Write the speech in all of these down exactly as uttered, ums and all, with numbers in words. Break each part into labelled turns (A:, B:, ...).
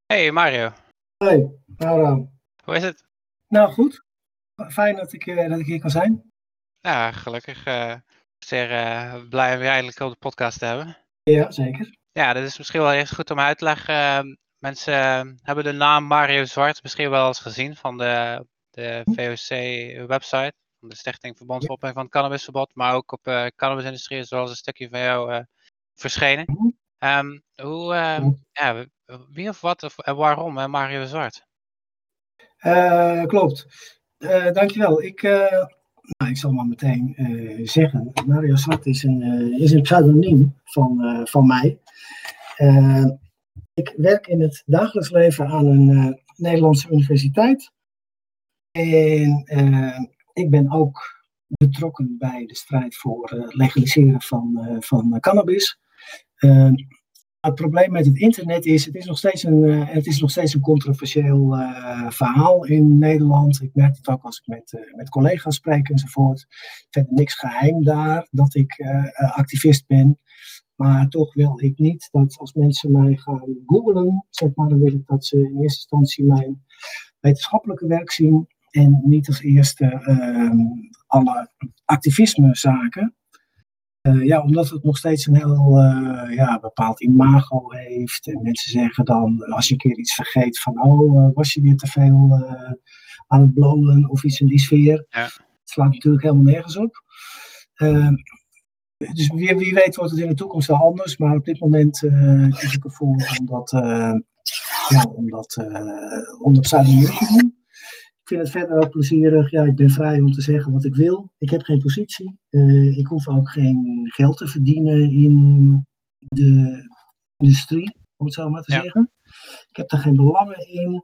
A: Hey Mario,
B: Hoi, Aram.
A: hoe is het?
B: Nou goed, fijn dat ik, eh, dat ik hier kan zijn.
A: Ja, gelukkig. eh zeer eh, blij om je eindelijk op de podcast te hebben.
B: Ja, zeker.
A: Ja, dit is misschien wel eerst goed om uit te leggen. Ehm, mensen eh, hebben de naam Mario Zwart misschien wel eens gezien van de, de V O C-website, van de Stichting Verbond voor Opheffing van het Cannabisverbod, maar ook op de cannabisindustrie is wel eens een stukje van jou eh, verschenen.
B: Mhm.
A: Ehm, hoe, ehm, ja, wie of wat of, en waarom hè, Mario Zwart?
B: Eh, klopt. Eh, dankjewel. Ik, eh, nou, ik zal maar meteen eh, zeggen, Mario Zwart is een, eh, is een pseudoniem van, eh, van mij. Eh, ik werk in het dagelijks leven aan een eh, Nederlandse universiteit. En eh, ik ben ook betrokken bij de strijd voor eh, legaliseren van, eh, van cannabis. Uh, Het probleem met het internet is, het is nog steeds een, uh, het is nog steeds een controversieel uh, verhaal in Nederland. Ik merk het ook als ik met, uh, met collega's spreek enzovoort. Verder niks geheim daar dat ik uh, activist ben. Maar toch wil ik niet dat als mensen mij gaan googlen, zeg maar, dan wil ik dat ze in eerste instantie mijn wetenschappelijke werk zien en niet als eerste uh, alle activismezaken. Uh, ja, omdat het nog steeds een heel uh, ja, bepaald imago heeft. En mensen zeggen dan, als je een keer iets vergeet van, oh, uh, was je weer te veel uh, aan het blowen of iets in die sfeer.
A: Ja.
B: Het slaat natuurlijk helemaal nergens op. Uh, dus wie, wie weet wordt het in de toekomst wel anders. Maar op dit moment uh, kies ik ervoor om dat, uh, ja, om dat, uh, om dat pseudoniem te doen. Ik vind het verder ook plezierig. Ja, ik ben vrij om te zeggen wat ik wil. Ik heb geen positie. Uh, ik hoef ook geen geld te verdienen in de industrie, om het zo maar te ja. zeggen. Ik heb daar geen belangen in.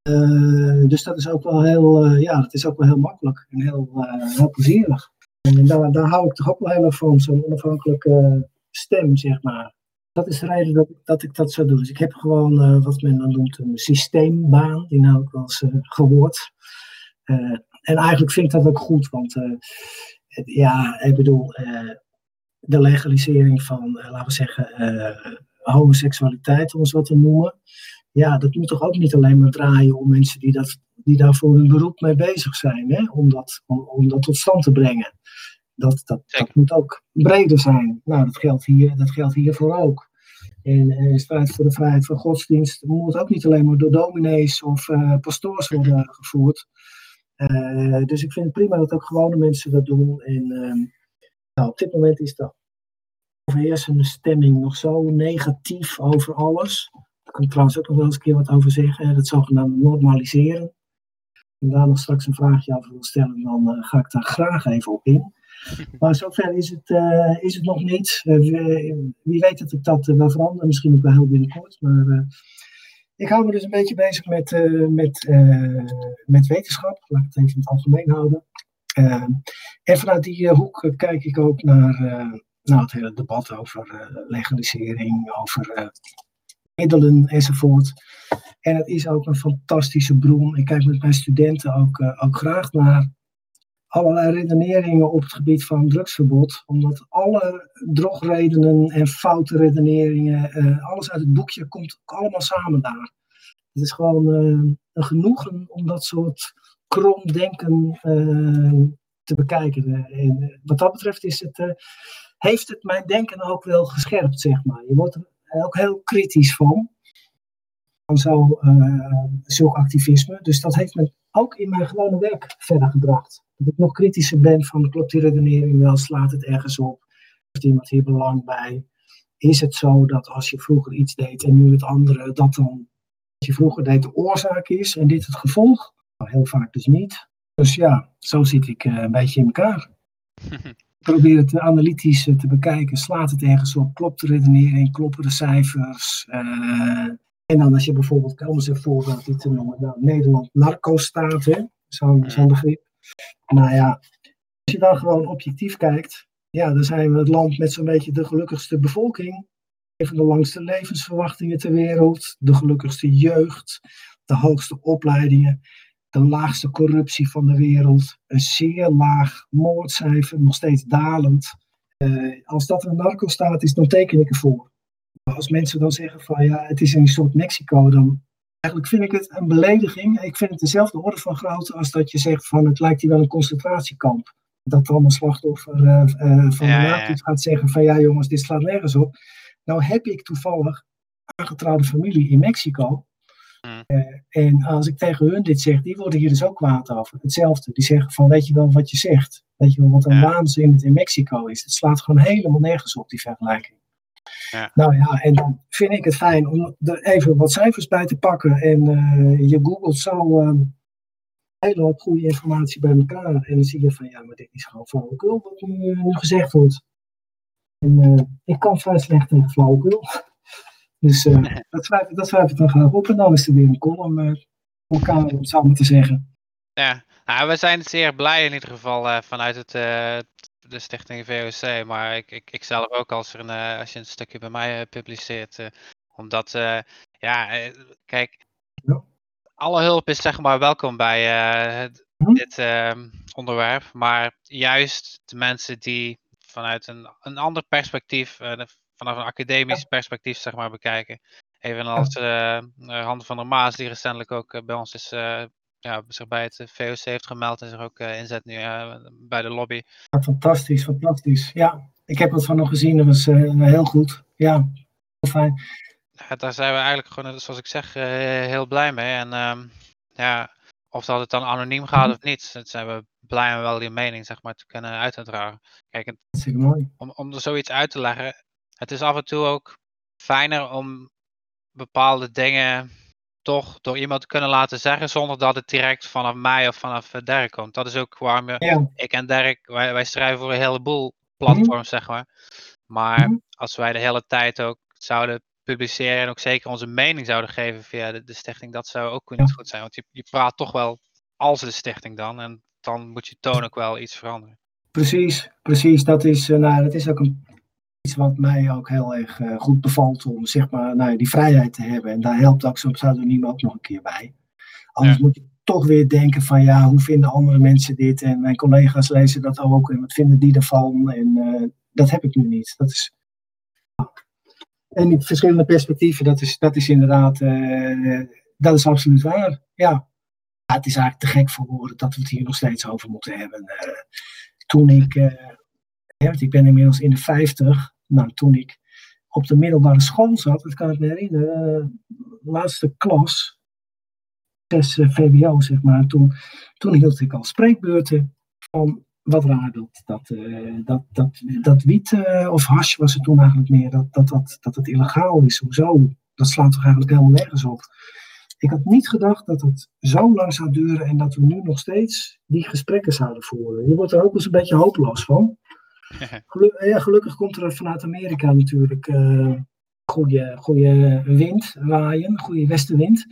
B: Uh, dus dat is ook wel heel, uh, ja, dat is ook wel heel makkelijk en heel, uh, heel plezierig. En daar, daar hou ik toch ook wel heel erg van, zo'n onafhankelijke stem, zeg maar. Dat is de reden dat, dat ik dat zo doe. Dus ik heb gewoon uh, wat men dan noemt een systeembaan. Die nou ook wel eens uh, gehoord. Uh, en eigenlijk vind ik dat ook goed. Want uh, het, ja, ik bedoel, uh, de legalisering van, uh, laten we zeggen, uh, homoseksualiteit, om het wat te noemen. Ja, dat moet toch ook niet alleen maar draaien om mensen die, dat, die daar voor hun beroep mee bezig zijn. Hè? Om, dat, om, om dat tot stand te brengen. Dat, dat, dat moet ook breder zijn. Nou, dat geldt hier, dat geldt hiervoor ook. En de strijd voor de vrijheid van godsdienst moet ook niet alleen maar door dominees of uh, pastoors worden gevoerd. Uh, dus ik vind het prima dat ook gewone mensen dat doen. En uh, nou, op dit moment is de overheersende stemming nog zo negatief over alles. Daar kan ik trouwens ook nog wel eens een keer wat over zeggen. Dat zogenaamde normaliseren. En daar nog straks een vraagje over wil stellen, dan uh, ga ik daar graag even op in. Maar zover is het, uh, is het nog niet. Uh, wie, wie weet dat ik dat uh, wel verander. Misschien ook wel heel binnenkort. Maar uh, ik hou me dus een beetje bezig met, uh, met, uh, met wetenschap. Laat ik het even in het algemeen houden. Uh, en vanuit die uh, hoek uh, kijk ik ook naar, uh, naar het hele debat over uh, legalisering, over uh, middelen enzovoort. En het is ook een fantastische bron. Ik kijk met mijn studenten ook, uh, ook graag naar allerlei redeneringen op het gebied van drugsverbod. Omdat alle drogredenen en foute redeneringen, uh, alles uit het boekje komt allemaal samen daar. Het is gewoon uh, een genoegen om dat soort kromdenken uh, te bekijken. En wat dat betreft is het, uh, heeft het mijn denken ook wel gescherpt, zeg maar. Je wordt er ook heel kritisch van. Van zo, uh, zulk activisme. Dus dat heeft me ook in mijn gewone werk verder gebracht. Dat ik nog kritischer ben van, klopt die redenering wel, slaat het ergens op? Heeft iemand hier belang bij? Is het zo dat als je vroeger iets deed en nu het andere, dat dan wat je vroeger deed de oorzaak is en dit het gevolg? Nou, heel vaak dus niet. Dus ja, zo zit ik uh, een beetje in elkaar. Ik probeer het analytisch uh, te bekijken. Slaat het ergens op? Klopt de redenering? Kloppen de cijfers? Uh, En dan als je bijvoorbeeld, om eens een voorbeeld te noemen, nou, Nederland narco-staat, hè? Zo'n, zo'n begrip. Nou ja, als je dan gewoon objectief kijkt, ja, dan zijn we het land met zo'n beetje de gelukkigste bevolking. Een van de langste levensverwachtingen ter wereld, de gelukkigste jeugd, de hoogste opleidingen, de laagste corruptie van de wereld, een zeer laag moordcijfer, nog steeds dalend. Uh, als dat een narco-staat is, dan teken ik ervoor. Als mensen dan zeggen van ja, het is een soort Mexico, dan Eigenlijk vind ik het een belediging. Ik vind het dezelfde orde van grootte als dat je zegt van het lijkt hier wel een concentratiekamp. Dat dan een slachtoffer uh, uh, van
A: Ja,
B: de
A: ja,
B: naad
A: ja.
B: gaat zeggen van ja jongens, dit slaat nergens op. Nou heb ik toevallig aangetrouwde familie in Mexico.
A: Hm.
B: Uh, en als ik tegen hun dit zeg, die worden hier dus ook kwaad over. Hetzelfde. Die zeggen van weet je wel wat je zegt? Weet je wel wat een
A: Ja.
B: waanzin het in Mexico is? Het slaat gewoon helemaal nergens op, die vergelijking.
A: Ja.
B: Nou ja, en dan vind ik het fijn om er even wat cijfers bij te pakken. En uh, je googelt zo uh, een hele hoop goede informatie bij elkaar. En dan zie je van ja, maar dit is gewoon flauwekul wat nu, uh, nu gezegd wordt. En uh, ik kan vrij slecht tegen flauwekul. Dus uh, dat, schrijf, dat schrijf ik dan graag op. En dan is er weer een column uh, voor elkaar, om het zo maar te zeggen.
A: Ja, nou, we zijn zeer blij in ieder geval uh, vanuit het, uh, de stichting V O C. Maar ik, ik, ik zelf ook als, er een, uh, als je een stukje bij mij uh, publiceert. Uh, omdat, uh, ja, uh, kijk,
B: Ja.
A: alle hulp is zeg maar welkom bij uh,
B: Hm?
A: dit uh, onderwerp. Maar juist de mensen die vanuit een, een ander perspectief, uh, vanaf een academisch ja. perspectief zeg maar bekijken. Evenals uh, Han van der Maas die recentelijk ook uh, bij ons is... Uh, ja, zich bij het V O C heeft gemeld en zich ook uh, inzet nu uh, bij de lobby.
B: Ja, fantastisch, fantastisch. Ja, ik heb het van nog gezien, dat was uh, heel goed. Ja, heel fijn.
A: Ja, daar zijn we eigenlijk gewoon, zoals ik zeg, uh, heel blij mee. En um, ja, of dat het dan anoniem gaat mm-hmm. of niet, dat zijn we blij om wel die mening zeg maar te kunnen uit te dragen. Kijk, het,
B: dat is mooi.
A: Om, om er zoiets uit te leggen, het is af en toe ook fijner om bepaalde dingen toch door iemand te kunnen laten zeggen zonder dat het direct vanaf mij of vanaf uh, Dirk komt. Dat is ook waarom we,
B: ja.
A: ik en Dirk, wij, wij strijden voor een heleboel platforms, mm-hmm. zeg maar. Maar mm-hmm. als wij de hele tijd ook zouden publiceren en ook zeker onze mening zouden geven via de, de stichting, dat zou ook niet ja. goed zijn. Want je, je praat toch wel als de stichting dan en dan moet je toon ook wel iets veranderen.
B: Precies, precies. Dat is, uh, nou, dat is ook een, iets wat mij ook heel erg uh, goed bevalt om zeg maar, nou, die vrijheid te hebben. En daar helpt ook zo'n pseudoniem ook nog een keer bij. Anders ja. moet je toch weer denken van ja, hoe vinden andere mensen dit? En mijn collega's lezen dat ook en wat vinden die ervan? En uh, dat heb ik nu niet. Dat is, en die verschillende perspectieven, dat is, dat is inderdaad, uh, dat is absoluut waar. Ja. ja, het is eigenlijk te gek voor woorden dat we het hier nog steeds over moeten hebben. Uh, toen ik, uh, ja, ik ben inmiddels in de vijftig, nou toen ik op de middelbare school zat, dat kan ik me herinneren, uh, laatste klas, zes uh, V W O zeg maar, toen, toen hield ik al spreekbeurten van wat raar dat, dat, uh, dat, dat, dat wiet uh, of hash was het toen eigenlijk meer, dat, dat, dat, dat het illegaal is, hoezo? Dat slaat toch eigenlijk helemaal nergens op. Ik had niet gedacht dat het zo lang zou duren en dat we nu nog steeds die gesprekken zouden voeren. Je wordt er ook eens een beetje hopeloos van. Geluk, ja, gelukkig komt er vanuit Amerika natuurlijk uh, goede, goede wind waaien, goede westenwind.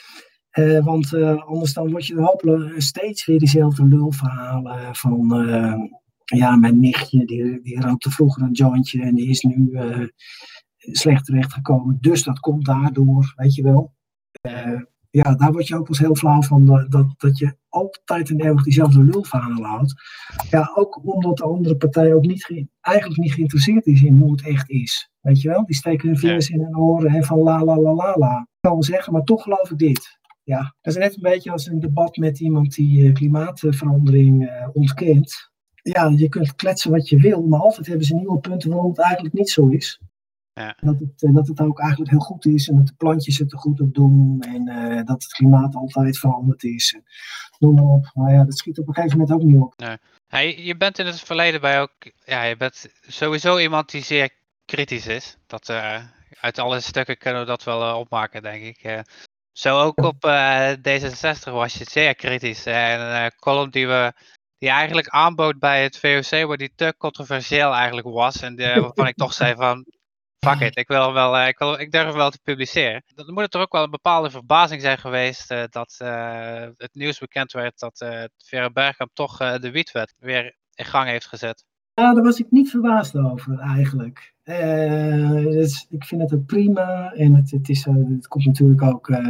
B: Uh, want uh, anders dan word je er hopelijk steeds weer diezelfde lulverhalen van uh, ja, mijn nichtje die, die rookte vroeger een jointje en die is nu uh, slecht terechtgekomen. Dus dat komt daardoor, weet je wel. Uh, ja, daar word je ook wel eens heel flauw van dat, dat, dat je altijd en eeuwig diezelfde lulverhalen houdt. Ja, ook omdat de andere partij ook niet ge- eigenlijk niet geïnteresseerd is in hoe het echt is. Weet je wel, die steken hun vingers ja. in hun oren en van la la la la la. Ik kan wel zeggen, maar toch geloof ik dit. Ja, dat is net een beetje als een debat met iemand die uh, klimaatverandering uh, ontkent. Ja, je kunt kletsen wat je wil, maar altijd hebben ze nieuwe punten waarom het eigenlijk niet zo is.
A: Ja.
B: Dat, het, uh, dat het ook eigenlijk heel goed is en dat de plantjes het er goed op doen en uh, dat het klimaat altijd veranderd is. En noem maar op. Maar ja, dat schiet op een gegeven moment ook niet op.
A: Nee. Ja, je, je bent in het verleden bij ook, ja, je bent sowieso iemand die zeer kritisch is. Dat, uh, uit alle stukken kunnen we dat wel uh, opmaken, denk ik. Uh, Zo ook op uh, D zesenzestig was je zeer kritisch. En een uh, column die we die eigenlijk aanbood bij het V O C, waar die te controversieel eigenlijk was. En de, waarvan ik toch zei van, fuck it, ik, wil wel, uh, ik, wil, ik durf wel te publiceren. Dan moet het er ook wel een bepaalde verbazing zijn geweest uh, dat uh, het nieuws bekend werd dat uh, Vera Bergkamp toch uh, de wietwet weer in gang heeft gezet.
B: Ja, daar was ik niet verbaasd over eigenlijk. Uh, dus ik vind het ook prima. En het, het, is, uh, het komt natuurlijk ook... Uh,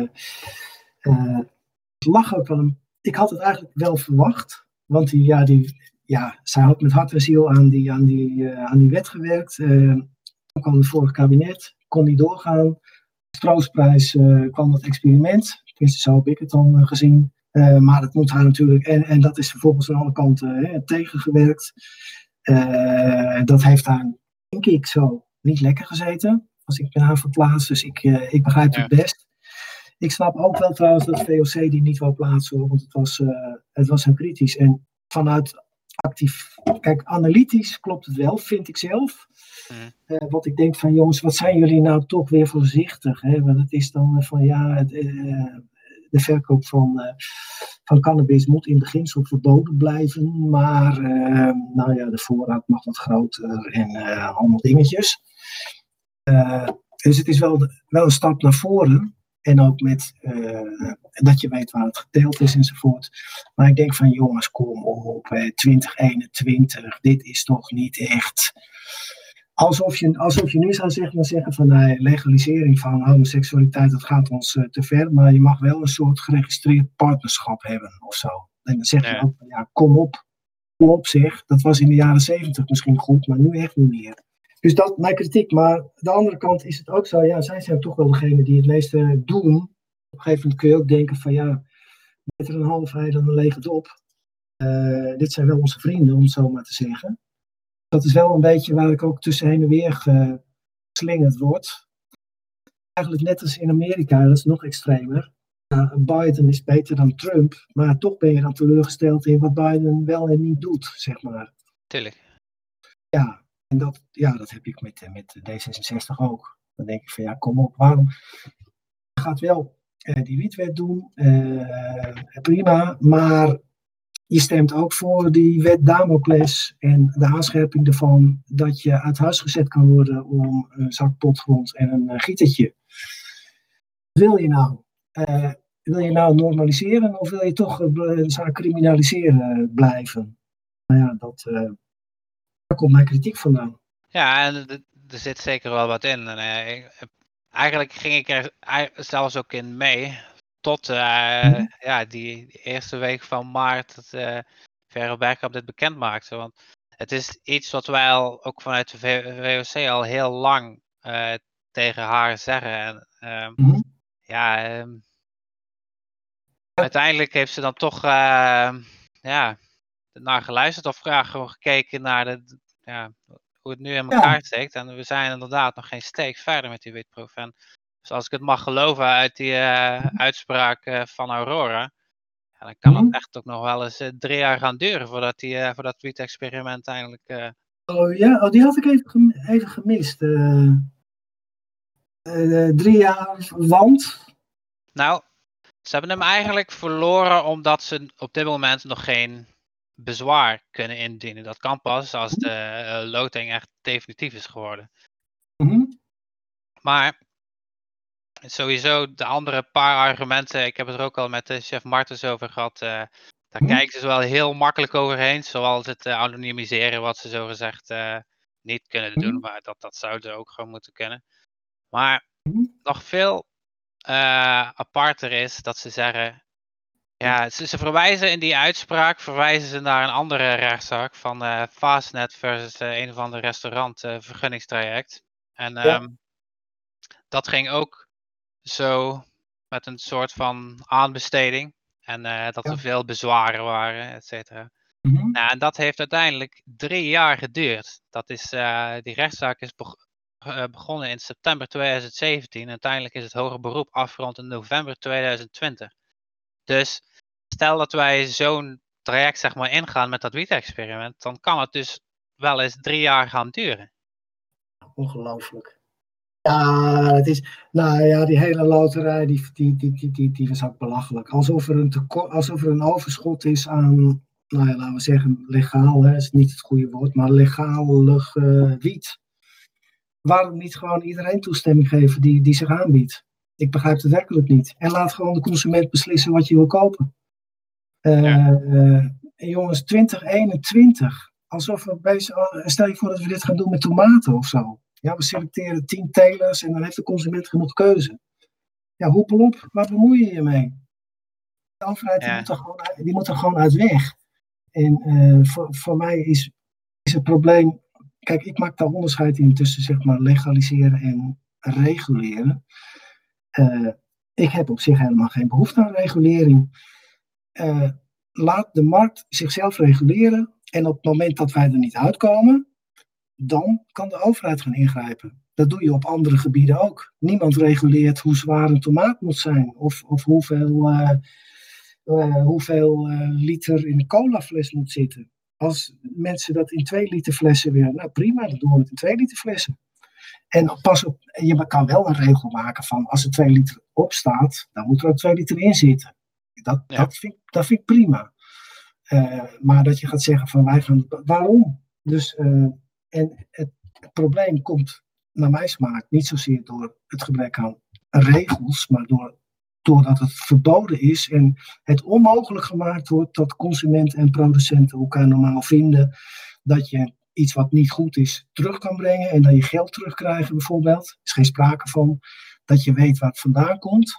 B: uh, het lag ook wel een... Ik had het eigenlijk wel verwacht. Want die, ja, die, ja, zij had met hart en ziel aan die, aan die, uh, aan die wet gewerkt. Uh, toen kwam het vorige kabinet. Kon niet doorgaan. troostprijs uh, kwam dat experiment. Tenminste, zo heb ik het dan uh, gezien. Uh, maar het moet haar natuurlijk, en, en dat is vervolgens aan alle kanten uh, tegengewerkt. Uh, dat heeft haar, denk ik, zo niet lekker gezeten. Als ik ben haar verplaatst, dus ik, uh, ik begrijp ja. het best. Ik snap ook wel trouwens dat V O C die niet wou plaatsen, want het was, uh, het was heel kritisch. En vanuit actief, kijk, analytisch klopt het wel, vind ik zelf. Uh, wat ik denk van, jongens, wat zijn jullie nou toch weer voorzichtig? Hè? Want het is dan van, ja, het, uh, de verkoop van, uh, van cannabis moet in beginsel verboden blijven. Maar, uh, nou ja, de voorraad mag wat groter en uh, allemaal dingetjes. Uh, dus het is wel, wel een stap naar voren. En ook met uh, dat je weet waar het geteeld is enzovoort. Maar ik denk van, jongens, kom op, eh, twintig eenentwintig, dit is toch niet echt... Alsof je, alsof je nu zou zeggen, maar zeggen van nee, legalisering van homoseksualiteit, dat gaat ons uh, te ver. Maar je mag wel een soort geregistreerd partnerschap hebben of zo. En dan zeg je ja. ook van ja, kom op. Kom op zeg. Dat was in de jaren zeventig misschien goed, maar nu echt niet meer. Dus dat mijn kritiek. Maar aan de andere kant is het ook zo, ja, zij zijn toch wel degene die het meeste doen. Op een gegeven moment kun je ook denken van ja, beter een half ei dan een lege dop. Uh, dit zijn wel onze vrienden, om het zo maar te zeggen. Dat is wel een beetje waar ik ook tussen heen en weer geslingerd word. Eigenlijk net als in Amerika, dat is nog extremer. Uh, Biden is beter dan Trump, maar toch ben je dan teleurgesteld in wat Biden wel en niet doet, zeg maar.
A: Tuurlijk.
B: Ja, en dat, ja, dat heb ik met, met D zesenzestig ook. Dan denk ik van ja, kom op, waarom? Je gaat wel uh, die wietwet doen, uh, prima, maar... Je stemt ook voor die wet Damocles en de aanscherping ervan dat je uit huis gezet kan worden om een zak potgrond en een uh, gietertje. Wat wil je nou? Uh, wil je nou normaliseren of wil je toch uh, de zaak criminaliseren blijven? Nou ja, dat, uh, daar komt mijn kritiek vandaan.
A: Ja, en er zit zeker wel wat in. En, uh, ik, eigenlijk ging ik er zelfs ook in mee. Tot uh, mm-hmm. ja, die, die eerste week van maart dat uh, Vero Bergkamp dit bekend maakte. Want het is iets wat wij al, ook vanuit de V O C al heel lang uh, tegen haar zeggen. En uh, mm-hmm. ja, um, uiteindelijk heeft ze dan toch uh, ja, naar geluisterd of graag gewoon gekeken naar de, ja, hoe het nu in elkaar ja. steekt. En we zijn inderdaad nog geen steek verder met die witproef. En dus als ik het mag geloven uit die uh, uitspraak uh, van Aurora, ja, dan kan mm-hmm. het echt ook nog wel eens uh, drie jaar gaan duren voordat die, uh, voor dat wiet-experiment eindelijk... Uh...
B: Oh ja, oh, die had ik even, gem- even gemist. Uh, uh, drie jaar, want?
A: Nou, ze hebben hem eigenlijk verloren omdat ze op dit moment nog geen bezwaar kunnen indienen. Dat kan pas als de uh, loting echt definitief is geworden.
B: Mm-hmm.
A: Maar... Sowieso de andere paar argumenten, ik heb het er ook al met de chef Martens over gehad, uh, daar hm? kijken ze wel heel makkelijk overheen, zoals het uh, anonimiseren wat ze zogezegd uh, niet kunnen hm? doen, maar dat, dat zouden ook gewoon moeten kunnen. Maar hm? nog veel uh, aparter is dat ze zeggen, ja, ze, ze verwijzen in die uitspraak, verwijzen ze naar een andere rechtszaak van uh, Fastnet versus uh, een of ander restaurant uh, vergunningstraject. En um, ja. dat ging ook zo met een soort van aanbesteding. En uh, dat ja. er veel bezwaren waren, et cetera. Mm-hmm. Nou, en dat heeft uiteindelijk drie jaar geduurd. Dat is, uh, die rechtszaak is beg- uh, begonnen in september twintig zeventien. En uiteindelijk is het hoger beroep afgerond in november twintig twintig. Dus stel dat wij zo'n traject zeg maar ingaan met dat wiet-experiment, dan kan het dus wel eens drie jaar gaan duren.
B: Ongelooflijk. Ja, het is, nou ja, die hele loterij, die, die, die, die, die, die was ook belachelijk. Alsof er, een tekort, alsof er een overschot is aan, nou ja, laten we zeggen, legaal, hè, is niet het goede woord, maar legalig uh, wiet. Waarom niet gewoon iedereen toestemming geven die, die zich aanbiedt? Ik begrijp het werkelijk niet. En laat gewoon de consument beslissen wat je wil kopen. Uh, ja. uh, jongens, twintig eenentwintig, alsof we bezig, stel je voor dat we dit gaan doen met tomaten of zo. Ja, we selecteren tien telers en dan heeft de consument genoeg keuze. Ja, hoepel op, waar bemoei je je mee? De overheid ja. die moet, er gewoon uit, die moet er gewoon uit weg. En uh, voor, voor mij is, is het probleem... Kijk, ik maak daar onderscheid in tussen zeg maar legaliseren en reguleren. Uh, ik heb op zich helemaal geen behoefte aan regulering. Uh, laat de markt zichzelf reguleren en op het moment dat wij er niet uitkomen, dan kan de overheid gaan ingrijpen. Dat doe je op andere gebieden ook. Niemand reguleert hoe zwaar een tomaat moet zijn of, of hoeveel, uh, uh, hoeveel uh, liter in de colafles moet zitten. Als mensen dat in twee liter flessen willen, nou prima, dan doen we het in twee liter flessen. En pas op, je kan wel een regel maken van als er twee liter op staat, dan moet er ook twee liter in zitten. Dat, ja. dat, vind, dat vind ik prima. Uh, maar dat je gaat zeggen van wij gaan, waarom? Dus, uh, en het, het probleem komt naar mijn smaak niet zozeer door het gebrek aan regels, maar door, doordat het verboden is en het onmogelijk gemaakt wordt dat consumenten en producenten elkaar normaal vinden, dat je iets wat niet goed is terug kan brengen en dat je geld terugkrijgt bijvoorbeeld. Er is geen sprake van dat je weet waar het vandaan komt.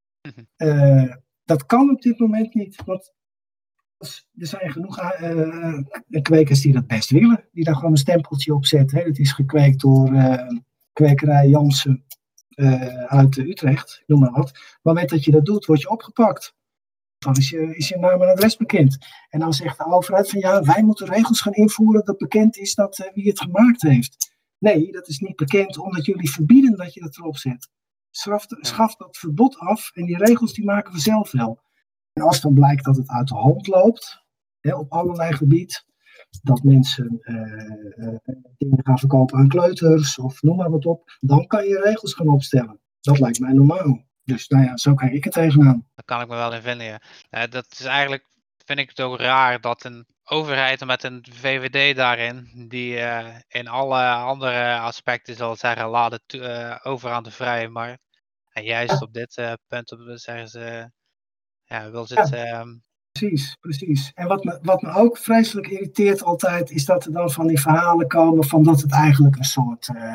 B: Uh, dat kan op dit moment niet, want er zijn genoeg uh, kwekers die dat best willen, die daar gewoon een stempeltje op zetten. Hè. Het is gekweekt door uh, kwekerij Jansen uh, uit Utrecht, noem maar wat. Op het moment dat je dat doet, word je opgepakt. Dan is je, is je naam en adres bekend. En dan zegt de overheid van ja, wij moeten regels gaan invoeren dat bekend is dat uh, wie het gemaakt heeft. Nee, dat is niet bekend omdat jullie verbieden dat je dat erop zet. Schaf, schaf dat verbod af en die regels die maken we zelf wel. En als dan blijkt dat het uit de hand loopt, hè, op allerlei gebied, dat mensen uh, uh, dingen gaan verkopen aan kleuters of noem maar wat op, dan kan je regels gaan opstellen. Dat lijkt mij normaal. Dus nou ja, zo kijk ik er tegenaan.
A: Daar kan ik me wel in vinden, ja. Uh, dat is eigenlijk, vind ik het ook raar dat een overheid met een V V D daarin, die uh, in alle andere aspecten zal zeggen, laat het uh, over aan de vrije markt. En juist ja. op dit uh, punt op, zeggen ze, ja, wil ze het...
B: Ja.
A: Uh,
B: Precies, precies. En wat me, wat me ook vreselijk irriteert altijd, is dat er dan van die verhalen komen van dat het eigenlijk een soort... Uh,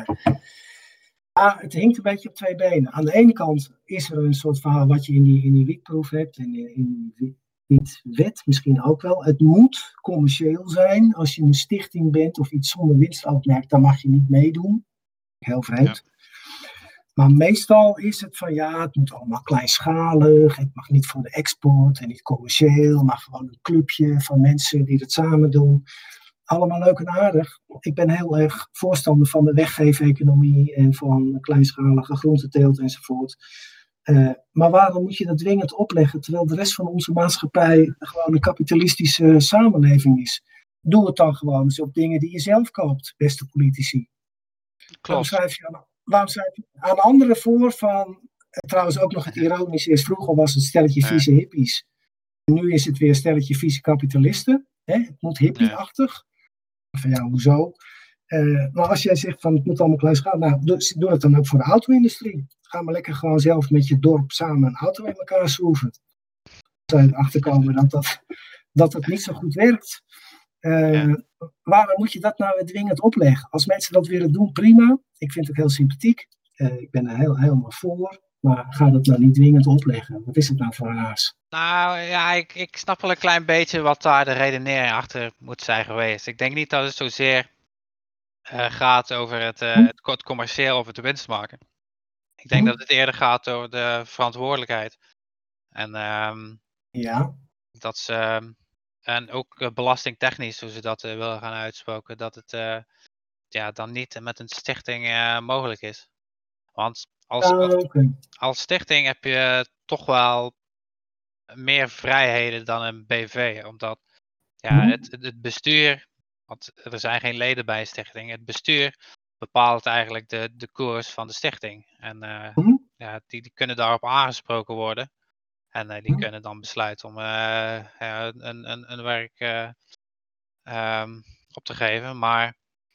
B: ah, het hinkt een beetje op twee benen. Aan de ene kant is er een soort verhaal wat je in die, in die wietproef hebt, en in, in die wietwet misschien ook wel. Het moet commercieel zijn. Als je een stichting bent of iets zonder winstoogmerk, dan mag je niet meedoen. Heel vreemd. Ja. Maar meestal is het van ja, het moet allemaal kleinschalig, het mag niet voor de export en niet commercieel, maar gewoon een clubje van mensen die het samen doen. Allemaal leuk en aardig. Ik ben heel erg voorstander van de weggeef-economie en van kleinschalige groenteteelt enzovoort. Uh, maar waarom moet je dat dwingend opleggen, terwijl de rest van onze maatschappij gewoon een kapitalistische samenleving is? Doe het dan gewoon eens op dingen die je zelf koopt, beste politici. Waarom schrijf je aan, waarom schrijf je aan anderen voor van... Trouwens ook nog het ironische is, vroeger was het stelletje vieze hippies. En nu is het weer stelletje vieze kapitalisten. Hè? Het moet hippie-achtig. Van ja, hoezo? Uh, maar als jij zegt van het moet allemaal kleinschalig, nou, doe, doe het dan ook voor de auto-industrie. Ga maar lekker gewoon zelf met je dorp samen een auto in elkaar schroeven. Dan zou je erachter komen dat dat, dat het niet zo goed werkt. Uh, ja. Waarom moet je dat nou weer dwingend opleggen? Als mensen dat willen doen, prima. Ik vind het ook heel sympathiek. Uh, ik ben er heel, helemaal voor. Maar ga dat nou niet dwingend opleggen. Wat is het nou voor raars?
A: Nou ja, ik, ik snap wel een klein beetje wat daar de redenering achter moet zijn geweest. Ik denk niet dat het zozeer uh, gaat over het, uh, het, het commercieel of het winst maken. Ik denk hm. dat het eerder gaat over de verantwoordelijkheid. En um,
B: ja.
A: dat ze... En ook uh, belastingtechnisch, hoe ze dat uh, willen gaan uitspoken, dat het uh, ja, dan niet met een stichting uh, mogelijk is. Want als,
B: uh, okay.
A: als stichting heb je toch wel meer vrijheden dan een B V. Omdat ja, mm-hmm. het, het bestuur, want er zijn geen leden bij een stichting, het bestuur bepaalt eigenlijk de, de koers van de stichting. En uh, mm-hmm. ja, die, die kunnen daarop aangesproken worden. En uh, die hm. kunnen dan besluiten om uh, ja, een, een, een werk uh, um, op te geven. Maar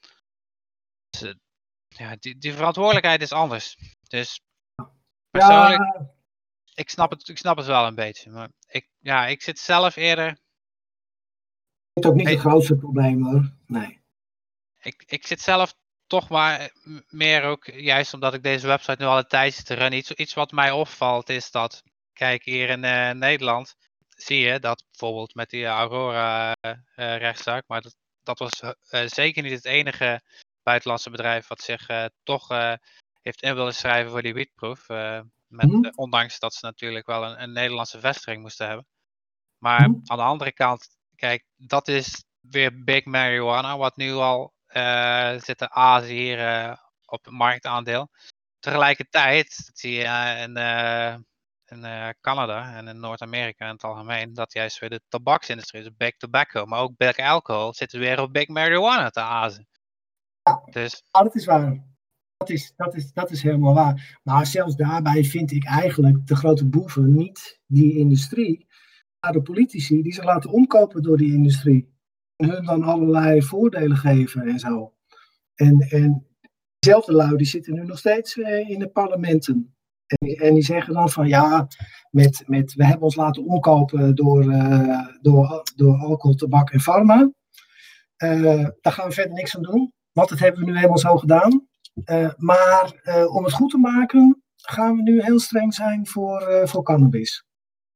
A: uh, ja, die, die verantwoordelijkheid is anders. Dus persoonlijk, ja. ik, snap het, ik snap het wel een beetje. Maar ik, ja, ik zit zelf eerder...
B: Het is ook niet het grootste probleem hoor. Nee.
A: Ik, ik zit zelf toch maar meer ook, juist omdat ik deze website nu al een tijdje te runnen. Iets, iets wat mij opvalt is dat... Kijk, hier in uh, Nederland zie je dat bijvoorbeeld met die Aurora uh, uh, rechtszaak, maar dat, dat was uh, zeker niet het enige buitenlandse bedrijf wat zich uh, toch uh, heeft in willen schrijven voor die wietproef. Uh, Met,
B: Mhm.
A: uh, ondanks dat ze natuurlijk wel een, een Nederlandse vestiging moesten hebben. Maar
B: Mhm.
A: aan de andere kant, kijk, dat is weer big marijuana, wat nu al uh, zit te azen hier uh, op het marktaandeel. Tegelijkertijd zie je uh, in, uh, in uh, Canada en in Noord-Amerika in het algemeen dat juist weer de tabaksindustrie, dus big tobacco, maar ook big alcohol, zitten weer op big marijuana te azen. Dus...
B: Ja, dat is waar. Dat is, dat, is, dat is helemaal waar. Maar zelfs daarbij vind ik eigenlijk de grote boeven niet die industrie, maar de politici die zich laten omkopen door die industrie. En hun dan allerlei voordelen geven en zo. En, en diezelfde lui die zitten nu nog steeds uh, in de parlementen. En, en die zeggen dan van ja, met, met, we hebben ons laten omkopen door, uh, door, door alcohol, tabak en farma. Uh, daar gaan we verder niks aan doen. Want dat hebben we nu helemaal zo gedaan. Uh, maar uh, om het goed te maken, gaan we nu heel streng zijn voor, uh, voor cannabis.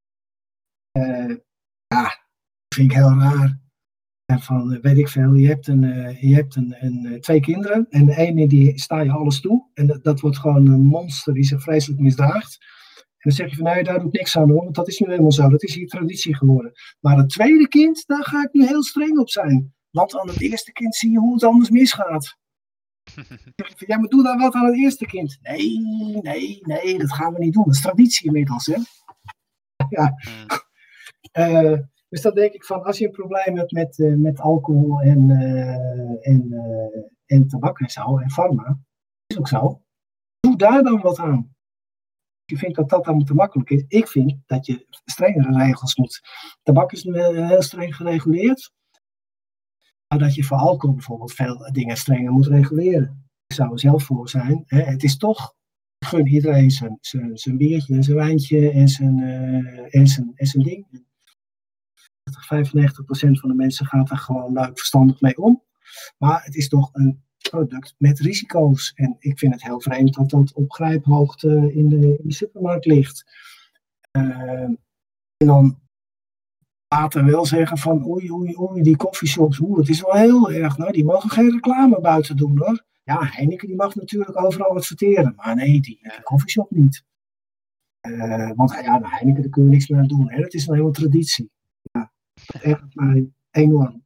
B: Uh, ja, dat vind ik heel raar. En van, weet ik veel, je hebt, een, uh, je hebt een, een, twee kinderen. En de ene die sta je alles toe. En dat, dat wordt gewoon een monster die zich vreselijk misdraagt. En dan zeg je van, nee, daar doe ik niks aan hoor. Want dat is nu helemaal zo. Dat is hier traditie geworden. Maar het tweede kind, daar ga ik nu heel streng op zijn. Want aan het eerste kind zie je hoe het anders misgaat. Ja, maar doe dan wat aan het eerste kind. Nee, nee, nee, dat gaan we niet doen. Dat is traditie inmiddels, hè. Ja. Uh, dus dan denk ik van, als je een probleem hebt met, uh, met alcohol en, uh, en, uh, en tabak en zo, en farma, is ook zo. Doe daar dan wat aan. Je vindt dat dat dan te makkelijk is. Ik vind dat je strengere regels moet. Tabak is nu heel streng gereguleerd. Maar dat je voor alcohol bijvoorbeeld veel dingen strenger moet reguleren. Ik zou er zelf voor zijn. Hè. Het is toch, gun iedereen zijn, zijn, zijn biertje en zijn wijntje en zijn, uh, en zijn, en zijn ding. vijfennegentig procent van de mensen gaat er gewoon leuk verstandig mee om. Maar het is toch een product met risico's. En ik vind het heel vreemd dat dat op grijphoogte in de, in de supermarkt ligt. Uh, en dan later wel zeggen van oei, oei, oei, die coffeeshops, oeh, het is wel heel erg. Nou, die mogen geen reclame buiten doen hoor. Ja, Heineken die mag natuurlijk overal adverteren. Maar nee, die, die coffeeshop niet. Uh, want ja, de Heineken daar kun je niks meer aan doen. Hè? Dat is een hele traditie. Ja, dat ergert mij enorm.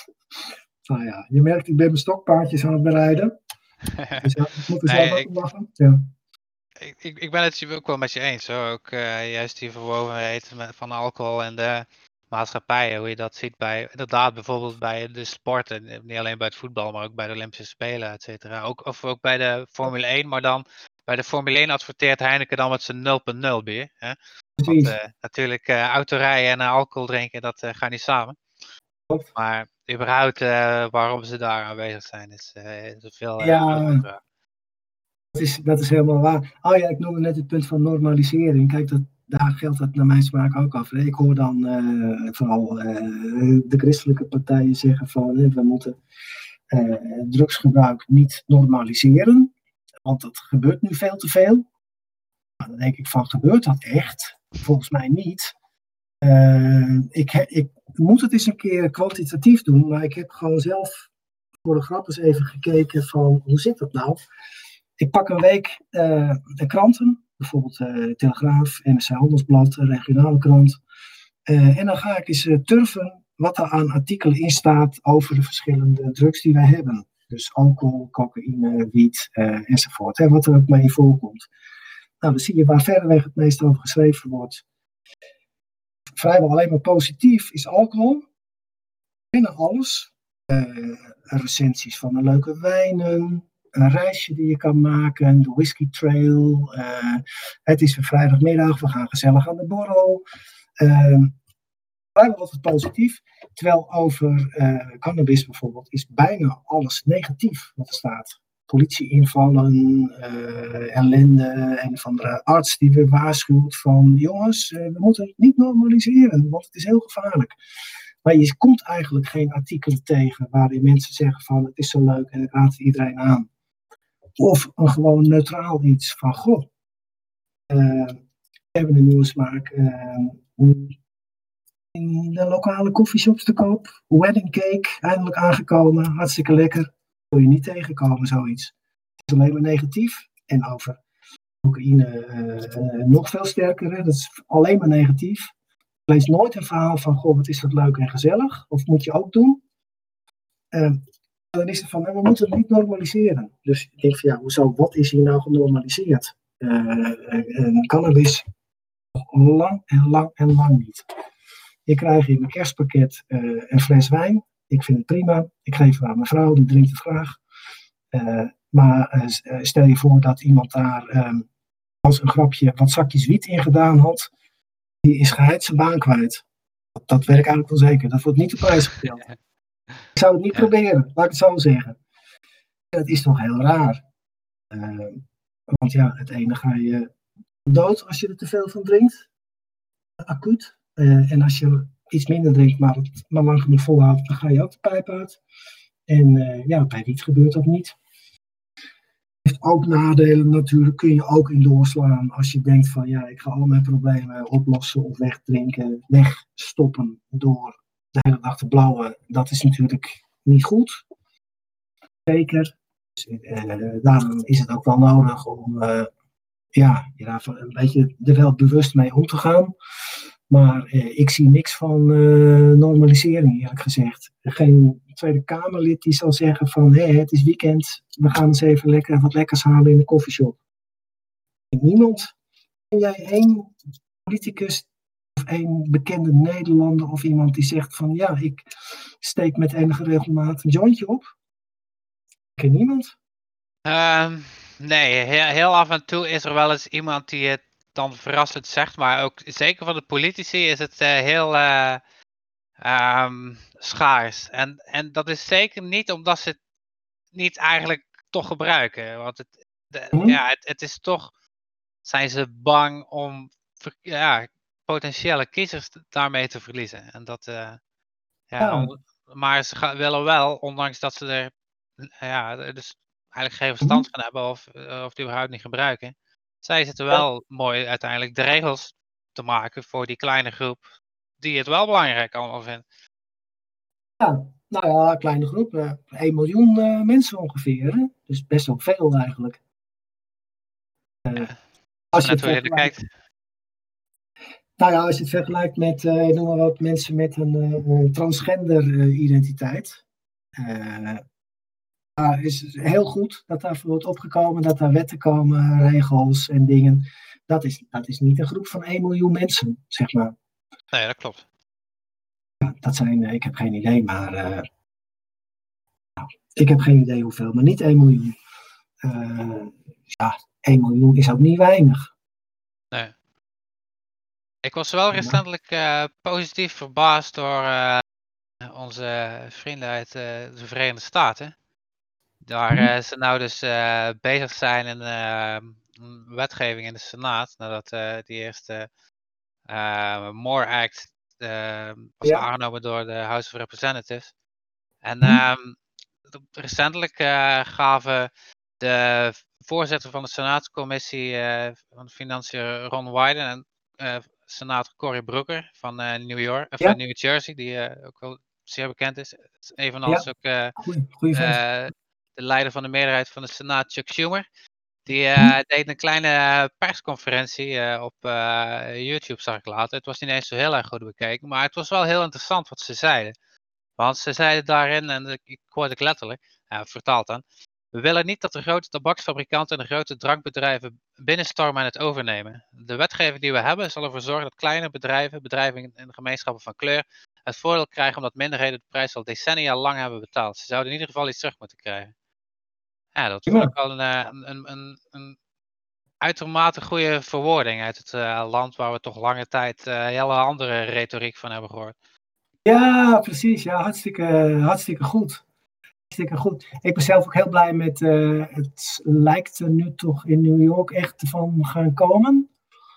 B: Nou ja, je merkt, ik ben mijn stokpaardjes aan het bereiden. Dus ja, ik moet er zelf
A: nee,
B: ook lachen. Ja.
A: Ik, ik, ik ben het ook wel met je eens hoor. Ook uh, juist die verwovenheid van alcohol en de maatschappijen, hoe je dat ziet bij, inderdaad bijvoorbeeld bij de sporten, niet alleen bij het voetbal, maar ook bij de Olympische Spelen, et cetera. Ook, of ook bij de Formule één, maar dan bij de Formule één adverteert Heineken dan met zijn nul punt nul bier. Hè? Want uh, natuurlijk uh, autorijden en uh, alcohol drinken, dat uh, gaat niet samen. Maar überhaupt uh, waarom ze daar aanwezig zijn, is, uh, is een veel uh,
B: ja. vraag. Dat is, dat is helemaal waar. Oh ja, ik noemde net het punt van normalisering. Kijk, dat, daar geldt dat naar mijn smaak ook af. Ik hoor dan uh, vooral uh, de christelijke partijen zeggen van uh, we moeten uh, drugsgebruik niet normaliseren. Want dat gebeurt nu veel te veel. Nou, dan denk ik van, gebeurt dat echt? Volgens mij niet. Uh, ik, he, ik moet het eens een keer kwantitatief doen, maar ik heb gewoon zelf voor de grap eens even gekeken van hoe zit dat nou? Ik pak een week uh, de kranten, bijvoorbeeld uh, Telegraaf, N R C Handelsblad, regionale krant. Uh, en dan ga ik eens uh, turven wat er aan artikelen in staat over de verschillende drugs die wij hebben. Dus alcohol, cocaïne, wiet uh, enzovoort. Hè, wat er ook maar in voorkomt. Nou, dan zie je waar verreweg het meest over geschreven wordt. Vrijwel alleen maar positief is alcohol. Bijna alles. Uh, recensies van de leuke wijnen. Een reisje die je kan maken, de whisky trail. Uh, het is weer vrijdagmiddag, we gaan gezellig aan de borrel. Uh, Vrijwel altijd positief. Terwijl over uh, cannabis bijvoorbeeld is bijna alles negatief wat er staat. Politieinvallen, uh, ellende, een of andere arts die weer waarschuwt van jongens, uh, we moeten het niet normaliseren, want het is heel gevaarlijk. Maar je komt eigenlijk geen artikelen tegen waarin mensen zeggen van het is zo leuk en ik raad het iedereen aan. Of een gewoon neutraal iets van, goh, uh, we hebben een nieuwe smaak. Uh, in de lokale coffeeshops te koop. Wedding cake, eindelijk aangekomen. Hartstikke lekker. Wil je niet tegenkomen, zoiets. Het is alleen maar negatief. En over cocaïne uh, uh, nog veel sterker. Hè? Dat is alleen maar negatief. Ik lees nooit een verhaal van, goh, wat is dat leuk en gezellig. Of moet je ook doen. Uh, dan is het van, nou, we moeten het niet normaliseren. Dus ik denk van, ja, hoezo, wat is hier nou genormaliseerd? Uh, uh, cannabis lang en lang en lang niet. Ik krijg in mijn kerstpakket uh, een fles wijn. Ik vind het prima. Ik geef het aan mijn vrouw, die drinkt het graag. Uh, maar uh, stel je voor dat iemand daar um, als een grapje wat zakjes wiet in gedaan had. Die is geheid zijn baan kwijt. Dat, dat weet ik eigenlijk wel zeker. Dat wordt niet op prijs gesteld. Ik zou het niet ja. proberen, laat ik het zo zeggen. Het is toch heel raar. Uh, want ja, het ene ga je dood als je er te veel van drinkt. Acuut. Uh, en als je iets minder drinkt, maar het maar lang genoeg volhoudt, dan ga je ook de pijp uit. En uh, ja, bij wiet gebeurt dat niet. Heeft ook nadelen natuurlijk, kun je ook in doorslaan als je denkt van ja, ik ga al mijn problemen oplossen of wegdrinken, wegstoppen door de hele dag te blauwen. Dat is natuurlijk niet goed. Zeker. Dus, uh, daarom is het ook wel nodig om uh, ja, je daar een beetje er wel bewust mee om te gaan. Maar uh, ik zie niks van uh, normalisering, eerlijk gezegd. Geen Tweede Kamerlid die zal zeggen van hé, het is weekend, we gaan eens even lekker wat lekkers halen in de koffieshop. Niemand. Ken jij één politicus of één bekende Nederlander of iemand die zegt van ja, ik steek met enige regelmaat een jointje op? Ik ken niemand.
A: Um, nee, heel, heel af en toe is er wel eens iemand die het dan verrassend zegt, maar ook zeker van de politici is het uh, heel uh, um, schaars. En, en dat is zeker niet omdat ze het niet eigenlijk toch gebruiken. Want het, de, hm? ja, het, het is toch, zijn ze bang om ja, potentiële kiezers daarmee te verliezen. En dat, uh, ja, oh. Maar ze gaan, willen wel, ondanks dat ze er ja, dus eigenlijk geen verstand van hebben of, of die überhaupt niet gebruiken. Zij zitten wel ja. mooi uiteindelijk de regels te maken voor die kleine groep die het wel belangrijk allemaal vindt.
B: Ja, nou ja, een kleine groep. Uh, één miljoen uh, mensen ongeveer. Hè? Dus best wel veel eigenlijk. Uh,
A: ja,
B: als je
A: het vergelijkt.
B: Nou ja, als je het vergelijkt met, uh, noem maar wat, mensen met een uh, transgender uh, identiteit. Uh, Uh, is heel goed dat daarvoor wordt opgekomen, dat daar wetten komen, regels en dingen. Dat is, dat is niet een groep van één miljoen mensen, zeg maar.
A: Nee, dat klopt.
B: Ja, dat zijn, ik heb geen idee, maar uh, nou, ik heb geen idee hoeveel, maar niet één miljoen. Uh, ja, één miljoen is ook niet weinig.
A: Nee. Ik was wel recentelijk uh, positief verbaasd door uh, onze vrienden uit uh, de Verenigde Staten. Daar uh, ze nou dus uh, bezig zijn in uh, wetgeving in de Senaat, nadat uh, die eerste uh, MORE Act uh, was ja. aangenomen door de House of Representatives. En um, recentelijk uh, gaven de voorzitter van de Senaatscommissie uh, van de Financiën Ron Wyden en uh, senator Cory Booker van uh, New York, of ja. New Jersey, die uh, ook wel zeer bekend is. Evenals ja. ook uh,
B: goeie, goeie
A: uh, de leider van de meerderheid van de Senaat, Chuck Schumer. Die uh, deed een kleine persconferentie uh, op uh, YouTube, zag ik later. Het was niet eens zo heel erg goed bekeken, maar het was wel heel interessant wat ze zeiden. Want ze zeiden daarin, en ik quote ik letterlijk, uh, vertaald dan. We willen niet dat de grote tabaksfabrikanten en de grote drankbedrijven binnenstormen en het overnemen. De wetgeving die we hebben zal ervoor zorgen dat kleine bedrijven, bedrijven in de gemeenschappen van kleur, het voordeel krijgen omdat minderheden de prijs al decennia lang hebben betaald. Ze zouden in ieder geval iets terug moeten krijgen. Ja, dat vond ik wel een, een, een, een uitermate goede verwoording uit het uh, land waar we toch lange tijd uh, hele andere retoriek van hebben gehoord.
B: Ja, precies. Ja, hartstikke, hartstikke goed. Hartstikke goed. Ik ben zelf ook heel blij met, uh, het lijkt er nu toch in New York echt van gaan komen.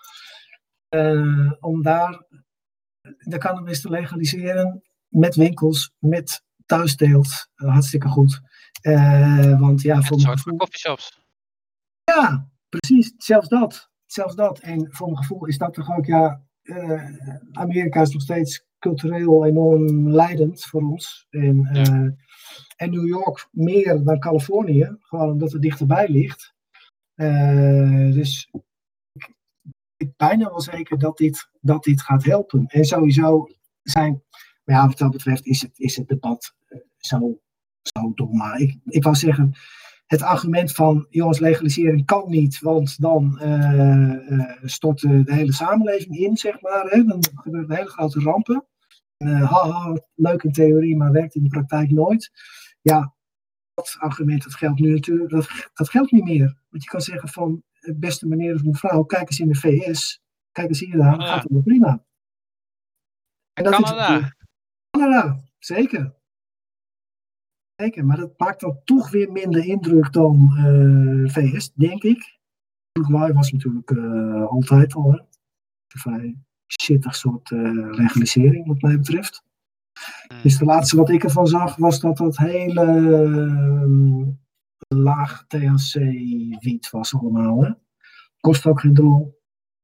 B: Uh, om daar de cannabis te legaliseren met winkels, met thuisteelt. Uh, hartstikke goed. Uh, want ja, voor
A: een soort van coffeeshops.
B: Ja, precies. Zelfs dat. Zelfs dat. En voor mijn gevoel is dat toch ook, ja, uh, Amerika is nog steeds cultureel enorm leidend voor ons. En, uh, ja. en New York meer dan Californië, gewoon omdat het dichterbij ligt. Uh, dus ik weet bijna wel zeker dat dit, dat dit gaat helpen. En sowieso zijn, maar ja, wat dat betreft is het, is het debat uh, zo, zo dom. Maar ik, ik wou zeggen, het argument van, jongens, legalisering kan niet, want dan uh, uh, stort de, de hele samenleving in, zeg maar. Hè? Dan gebeuren hele grote rampen. Uh, haha, leuk in theorie, maar werkt in de praktijk nooit. Ja, dat argument, dat geldt nu natuurlijk, dat, dat geldt niet meer. Want je kan zeggen van, beste meneer of mevrouw, kijk eens in de V S, kijk eens hier, dan gaat het wel prima.
A: En dat Canada.
B: Is Canada, zeker. Zeker, maar dat maakt dan toch weer minder indruk dan uh, V S, denk ik. Uruguay was natuurlijk uh, altijd al hè. Een vrij shittig soort uh, legalisering, wat mij betreft. Hmm. Dus de laatste wat ik ervan zag, was dat dat hele uh, laag T H C-wiet was allemaal. Hè. Kost ook geen drol.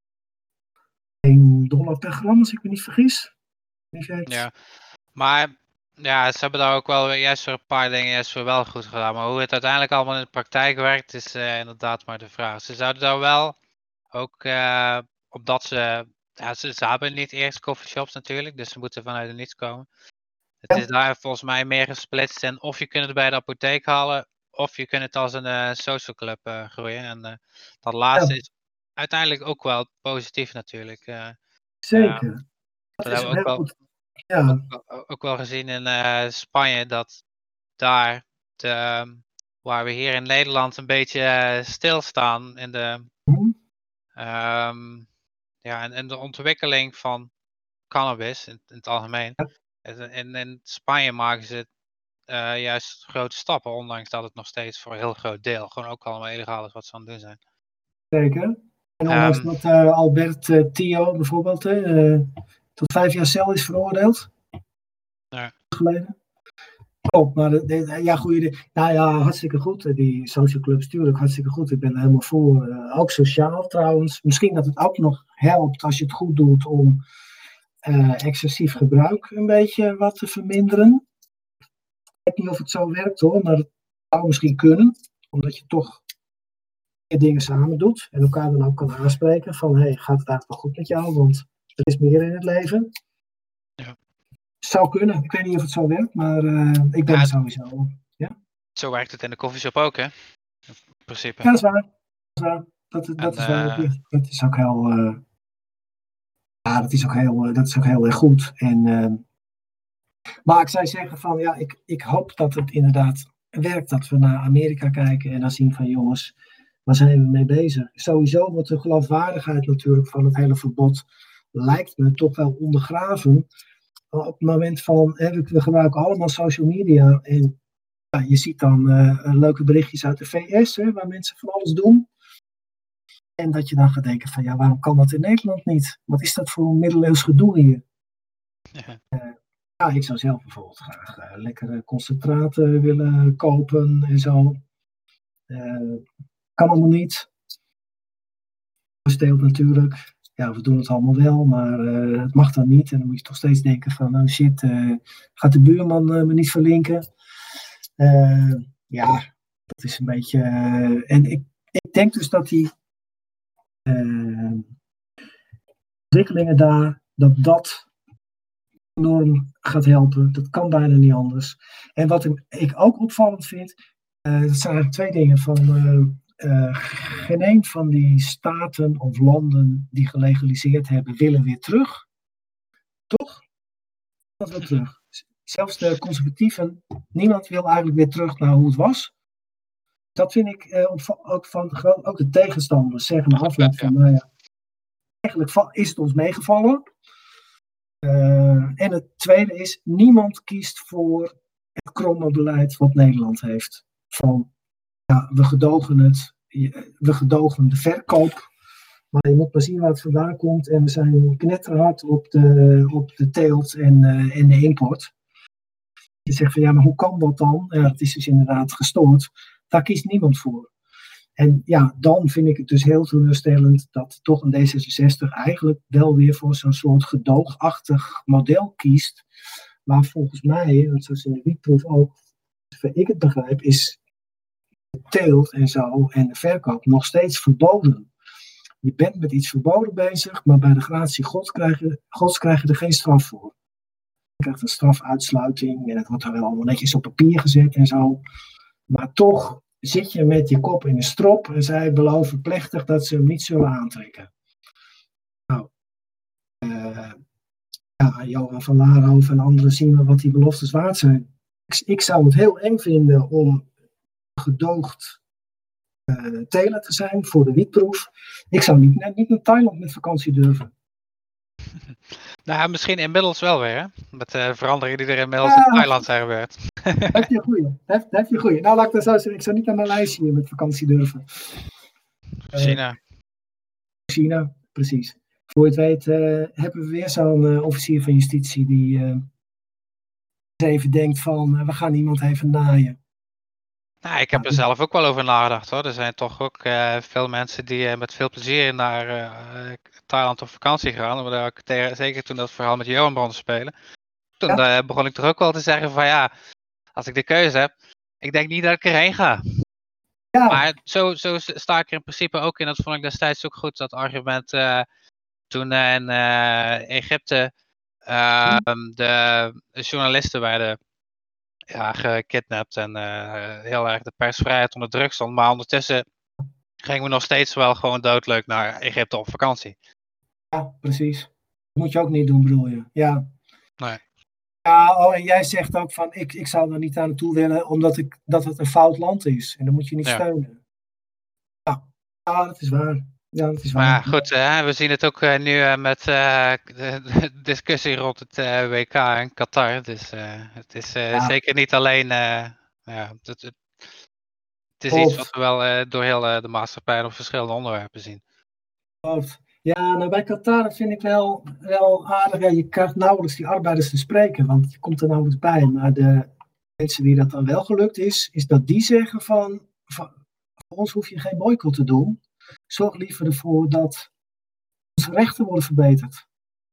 B: één dollar per gram, als ik me niet vergis.
A: Ja, maar ja, ze hebben daar ook wel juist voor een paar dingen juist voor wel goed gedaan. Maar hoe het uiteindelijk allemaal in de praktijk werkt, is uh, inderdaad maar de vraag. Ze zouden daar wel ook, uh, omdat ze, ja, ze, ze hebben niet eerst coffeeshops natuurlijk, dus ze moeten vanuit de niets komen. Het ja. is daar volgens mij meer gesplitst en of je kunt het bij de apotheek halen, of je kunt het als een uh, social club uh, groeien. En uh, dat laatste ja. is uiteindelijk ook wel positief natuurlijk. Uh,
B: Zeker.
A: Uh, dat, dat hebben we ook wel,
B: ja.
A: ook, ook wel gezien in uh, Spanje, dat daar, de, um, waar we hier in Nederland een beetje uh, stilstaan in de,
B: hmm.
A: um, ja, in, in de ontwikkeling van cannabis in, in het algemeen.
B: Ja.
A: In, in Spanje maken ze uh, juist grote stappen, ondanks dat het nog steeds voor een heel groot deel gewoon ook allemaal illegaal is wat ze aan het doen zijn.
B: Zeker. En ondanks um, dat uh, Albert uh, Tio bijvoorbeeld uh, tot vijf jaar cel is veroordeeld.
A: Ja.
B: Geleden. Oh, maar de, de, ja, goeie, nou ja, hartstikke goed. Die social clubs, tuurlijk, hartstikke goed. Ik ben er helemaal voor. Uh, ook sociaal trouwens. Misschien dat het ook nog helpt als je het goed doet om uh, excessief gebruik een beetje wat te verminderen. Ik weet niet of het zo werkt hoor, maar het zou misschien kunnen. Omdat je toch dingen samen doet en elkaar dan ook kan aanspreken van hey, gaat het eigenlijk wel goed met jou, want er is meer in het leven.
A: Ja.
B: Zou kunnen, ik weet niet of het zo werkt, maar uh, ik ben
A: ja,
B: er sowieso. Ja?
A: Zo werkt het in de koffieshop ook, hè? In principe.
B: Ja, dat is waar. Dat is waar. Dat, dat,
A: en,
B: is, waar.
A: Uh...
B: dat is ook heel, uh, ja, dat is ook heel, uh, dat is ook heel erg goed. En, uh, maar ik zou zeggen van ja, ik, ik hoop dat het inderdaad werkt, dat we naar Amerika kijken en dan zien van jongens, waar zijn we mee bezig? Sowieso wordt de geloofwaardigheid natuurlijk van het hele verbod, lijkt me toch wel ondergraven. Op het moment van, hè, we gebruiken allemaal social media en ja, je ziet dan uh, leuke berichtjes uit de V S, hè, waar mensen van alles doen. En dat je dan gaat denken van, ja, waarom kan dat in Nederland niet? Wat is dat voor een middeleeuws gedoe hier? Ja. Uh, ja, ik zou zelf bijvoorbeeld graag uh, lekkere concentraten willen kopen en zo. Uh, kan allemaal niet. Steelt natuurlijk. Ja, we doen het allemaal wel, maar uh, het mag dan niet. En dan moet je toch steeds denken van, oh shit, uh, gaat de buurman uh, me niet verlinken? Uh, ja, dat is een beetje... Uh, en ik, ik denk dus dat die uh, ontwikkelingen daar, dat dat enorm gaat helpen. Dat kan bijna niet anders. En wat ik ook opvallend vind, uh, dat zijn eigenlijk twee dingen van... Uh, Uh, geen een van die staten of landen die gelegaliseerd hebben, willen weer terug. Toch? Dat wil terug. Zelfs de conservatieven, niemand wil eigenlijk weer terug naar hoe het was. Dat vind ik uh, ook van ook de tegenstanders zeggen na afloop van, nou ja, eigenlijk is het ons meegevallen. Uh, en het tweede is, niemand kiest voor het kromme beleid wat Nederland heeft. Van, ja, we gedogen het. We gedogen de verkoop, maar je moet maar zien waar het vandaan komt en we zijn knetterhard op de, op de teelt en, uh, en de import. Je zegt van ja, maar hoe kan dat dan? Ja, het is dus inderdaad gestoord. Daar kiest niemand voor. En ja, dan vind ik het dus heel teleurstellend dat toch een D zesenzestig eigenlijk wel weer voor zo'n soort gedoogachtig model kiest, waar volgens mij, zoals in de wietproef ook, zover ik het begrijp, is de teelt en zo en de verkoop nog steeds verboden. Je bent met iets verboden bezig, maar bij de gratie God krijg je, Gods krijg je er geen straf voor. Je krijgt een strafuitsluiting en het wordt dan wel allemaal netjes op papier gezet en zo. Maar toch zit je met je kop in een strop en zij beloven plechtig dat ze hem niet zullen aantrekken. Nou, uh, ja, Johan van Laarhoven en anderen zien we wat die beloftes waard zijn. Ik, ik zou het heel eng vinden om gedoogd uh, teler te zijn voor de wietproef. Ik zou niet, niet naar Thailand met vakantie durven.
A: Nou, misschien inmiddels wel weer, hè? Met de uh, veranderingen die er inmiddels ja. in Thailand zijn gebeurd.
B: Heb je een goeie. Heb, heb je een goeie. Nou, laat ik dat zo zeggen. Ik zou niet naar Maleisië met vakantie durven.
A: China. Uh,
B: China, precies. Voor je het weet uh, hebben we weer zo'n uh, officier van justitie die uh, even denkt van, uh, we gaan iemand even naaien.
A: Nou, ik heb er zelf ook wel over nagedacht, hoor. Er zijn toch ook uh, veel mensen die uh, met veel plezier naar uh, Thailand op vakantie gaan. Maar ook tegen, zeker toen dat verhaal met Johan begon te spelen. Toen ja. uh, begon ik toch ook wel te zeggen van ja, als ik de keuze heb, ik denk niet dat ik erheen ga. Ja. Maar zo, zo sta ik er in principe ook in. Dat vond ik destijds ook goed, dat argument uh, toen uh, in uh, Egypte uh, de journalisten werden ja, gekidnapt en uh, heel erg de persvrijheid onder druk stond. Maar ondertussen gingen we nog steeds wel gewoon doodleuk naar Egypte op vakantie.
B: Ja, precies. Dat moet je ook niet doen, bedoel je. Ja.
A: Nee.
B: Ja, oh, en jij zegt ook van, ik, ik zou er niet aan naartoe willen, omdat ik, dat het een fout land is. En dan moet je niet ja. steunen. Ja. ja, dat is waar. Ja, dat is waar.
A: Maar goed, uh, we zien het ook uh, nu uh, met uh, de, de discussie rond het uh, W K in Qatar. Dus uh, het is uh, ja. zeker niet alleen, uh, ja, het, het, het is Klopt. iets wat we wel uh, door heel uh, de maatschappij op verschillende onderwerpen zien.
B: Klopt. Ja, nou bij Qatar vind ik wel, wel aardig. Ja, je krijgt nauwelijks die arbeiders te spreken, want je komt er nauwelijks bij. Maar de mensen die dat dan wel gelukt is, is dat die zeggen van, van voor ons hoef je geen boycott te doen. Zorg liever ervoor dat onze rechten worden verbeterd.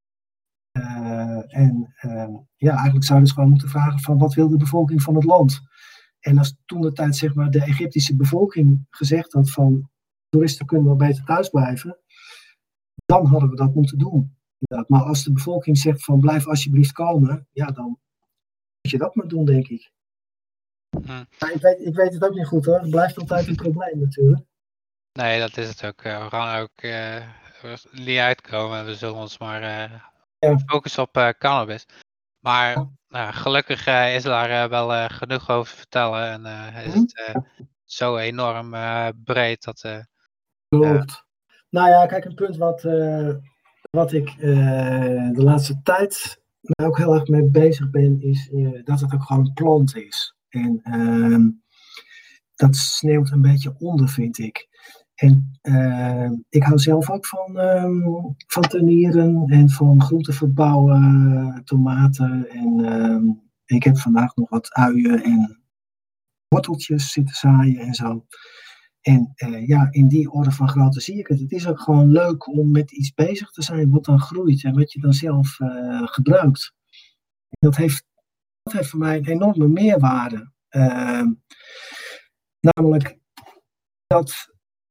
B: Uh, en uh, ja, eigenlijk zou je dus gewoon moeten vragen van wat wil de bevolking van het land? En als toen de tijd zeg maar de Egyptische bevolking gezegd had van toeristen kunnen wel beter thuis blijven, dan hadden we dat moeten doen. Maar als de bevolking zegt van blijf alsjeblieft komen, ja dan moet je dat maar doen, denk ik. Hm. Maar ik, weet, ik weet het ook niet goed hoor, het blijft altijd een probleem natuurlijk.
A: Nee, dat is het ook. We gaan ook uh, niet uitkomen. We zullen ons maar uh, ja. focussen op uh, cannabis. Maar ja. nou, gelukkig uh, is daar uh, wel uh, genoeg over te vertellen. En uh, is het uh, zo enorm uh, breed dat... Uh,
B: Klopt. Ja. Nou ja, kijk, een punt wat, uh, wat ik uh, de laatste tijd nou ook heel erg mee bezig ben, is uh, dat het ook gewoon een plant is. En uh, dat sneeuwt een beetje onder, vind ik. En uh, ik hou zelf ook van, um, van tuinieren en van groenten verbouwen, tomaten. En uh, ik heb vandaag nog wat uien en worteltjes zitten zaaien en zo. En uh, ja, in die orde van grootte zie ik het. Het is ook gewoon leuk om met iets bezig te zijn wat dan groeit en wat je dan zelf uh, gebruikt. Dat heeft, dat heeft voor mij een enorme meerwaarde. Uh, namelijk dat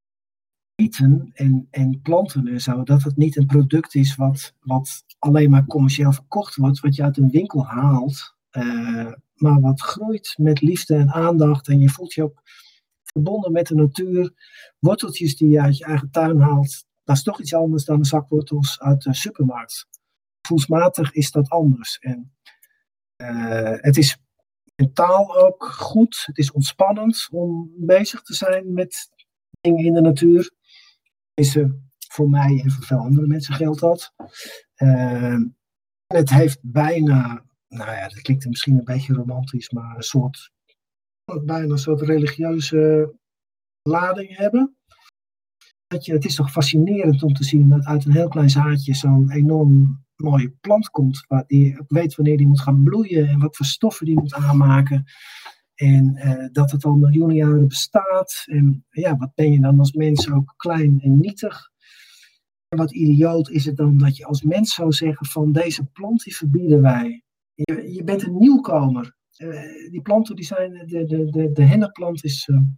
B: eten en, en planten en zo, dat het niet een product is wat, wat alleen maar commercieel verkocht wordt, wat je uit een winkel haalt, uh, maar wat groeit met liefde en aandacht en je voelt je ook verbonden met de natuur. Worteltjes die je uit je eigen tuin haalt, dat is toch iets anders dan een zak wortels uit de supermarkt. Gevoelsmatig is dat anders. En uh, het is mentaal ook goed, het is ontspannend om bezig te zijn met dingen in de natuur. Is uh, voor mij en voor veel andere mensen geldt dat. Uh, het heeft bijna, nou ja, dat klinkt misschien een beetje romantisch, maar een soort bijna een soort religieuze lading hebben. Dat je, het is toch fascinerend om te zien dat uit een heel klein zaadje zo'n enorm mooie plant komt, waar die weet wanneer die moet gaan bloeien en wat voor stoffen die moet aanmaken. En uh, dat het al miljoenen jaren bestaat. En ja, wat ben je dan als mens ook klein en nietig. En wat idioot is het dan dat je als mens zou zeggen van deze plant die verbieden wij. Je, je bent een nieuwkomer. Uh, die planten die zijn, de, de, de, de hennepplant is uh,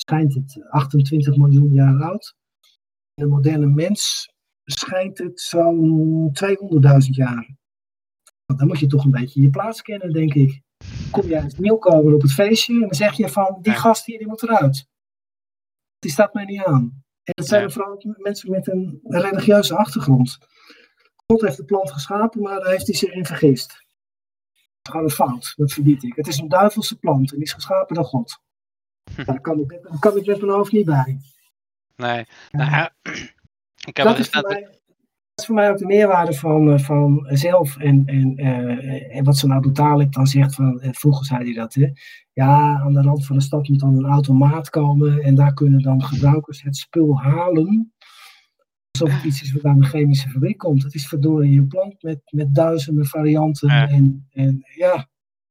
B: schijnt het achtentwintig miljoen jaar oud. In een moderne mens schijnt het zo'n tweehonderdduizend jaar. Dan moet je toch een beetje je plaats kennen, denk ik. Kom jij als nieuwkomer op het feestje en dan zeg je van, die
A: Ja.
B: gast hier, die moet eruit. Die staat mij niet aan. En dat zijn
A: Ja.
B: dan vooral mensen met een religieuze achtergrond. God heeft de plant geschapen, maar daar heeft hij zich in vergist. Dat is gewoon een fout, dat verbied ik. Het is een duivelse plant en die is geschapen door God. Daar kan ik, daar kan ik met mijn hoofd niet bij.
A: Nee. Nou, ja, ik heb
B: Dat
A: er
B: is, voor
A: recent-
B: mij, dat is voor mij ook de meerwaarde van, uh, van zelf. En, en, uh, en wat zo'n Abu Talib dan zegt, van, uh, vroeger zei hij dat, hè. Ja, aan de rand van de stad moet dan een automaat komen en daar kunnen dan gebruikers het spul halen. Alsof het iets is wat aan de chemische fabriek komt. Het is verdorie een plant met, met duizenden varianten.
A: Ja.
B: En, en ja.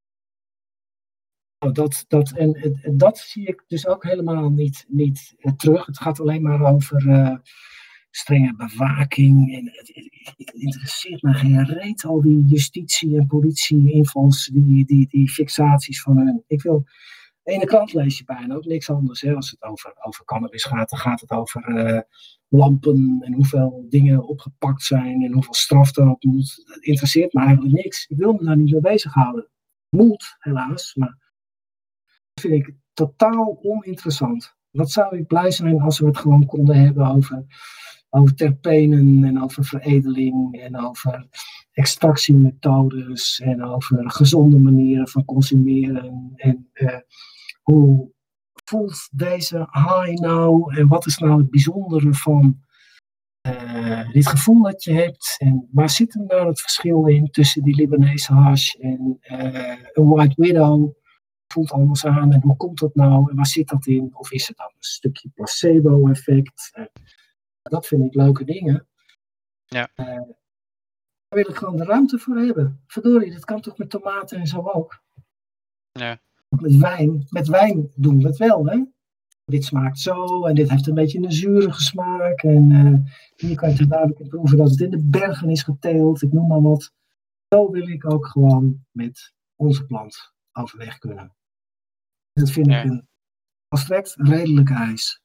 B: Nou, dat, dat, en, en dat zie ik dus ook helemaal niet, niet uh, terug. Het gaat alleen maar over uh, strenge bewaking. En het, het, het interesseert me geen reet, al die justitie- en politie-invals, die, die, die fixaties van hun. Ik wil. De ene krant lees je bijna ook niks anders. Hè. Als het over, over cannabis gaat, dan gaat het over uh, lampen en hoeveel dingen opgepakt zijn en hoeveel straf erop moet. Dat interesseert me eigenlijk niks. Ik wil me daar niet mee bezighouden. Moet, helaas, maar dat vind ik totaal oninteressant. Wat zou ik blij zijn als we het gewoon konden hebben over, over terpenen en over veredeling en over extractiemethodes en over gezonde manieren van consumeren en uh, hoe voelt deze high nou en wat is nou het bijzondere van uh, dit gevoel dat je hebt en waar zit er nou het verschil in tussen die Libanese hash en uh, een White Widow voelt anders aan en hoe komt dat nou en waar zit dat in of is het dan een stukje placebo effect uh, dat vind ik leuke dingen.
A: Ja.
B: Uh, daar wil ik gewoon de ruimte voor hebben. Verdorie, dat kan toch met tomaten en zo ook.
A: Ja.
B: Met wijn, met wijn doen we het wel, hè? Dit smaakt zo en dit heeft een beetje een zurige smaak. En uh, hier kan je toch duidelijk proeven dat het in de bergen is geteeld. Ik noem maar wat. Zo wil ik ook gewoon met onze plant overweg kunnen. Dat vind
A: Ja.
B: ik een volstrekt redelijke eis.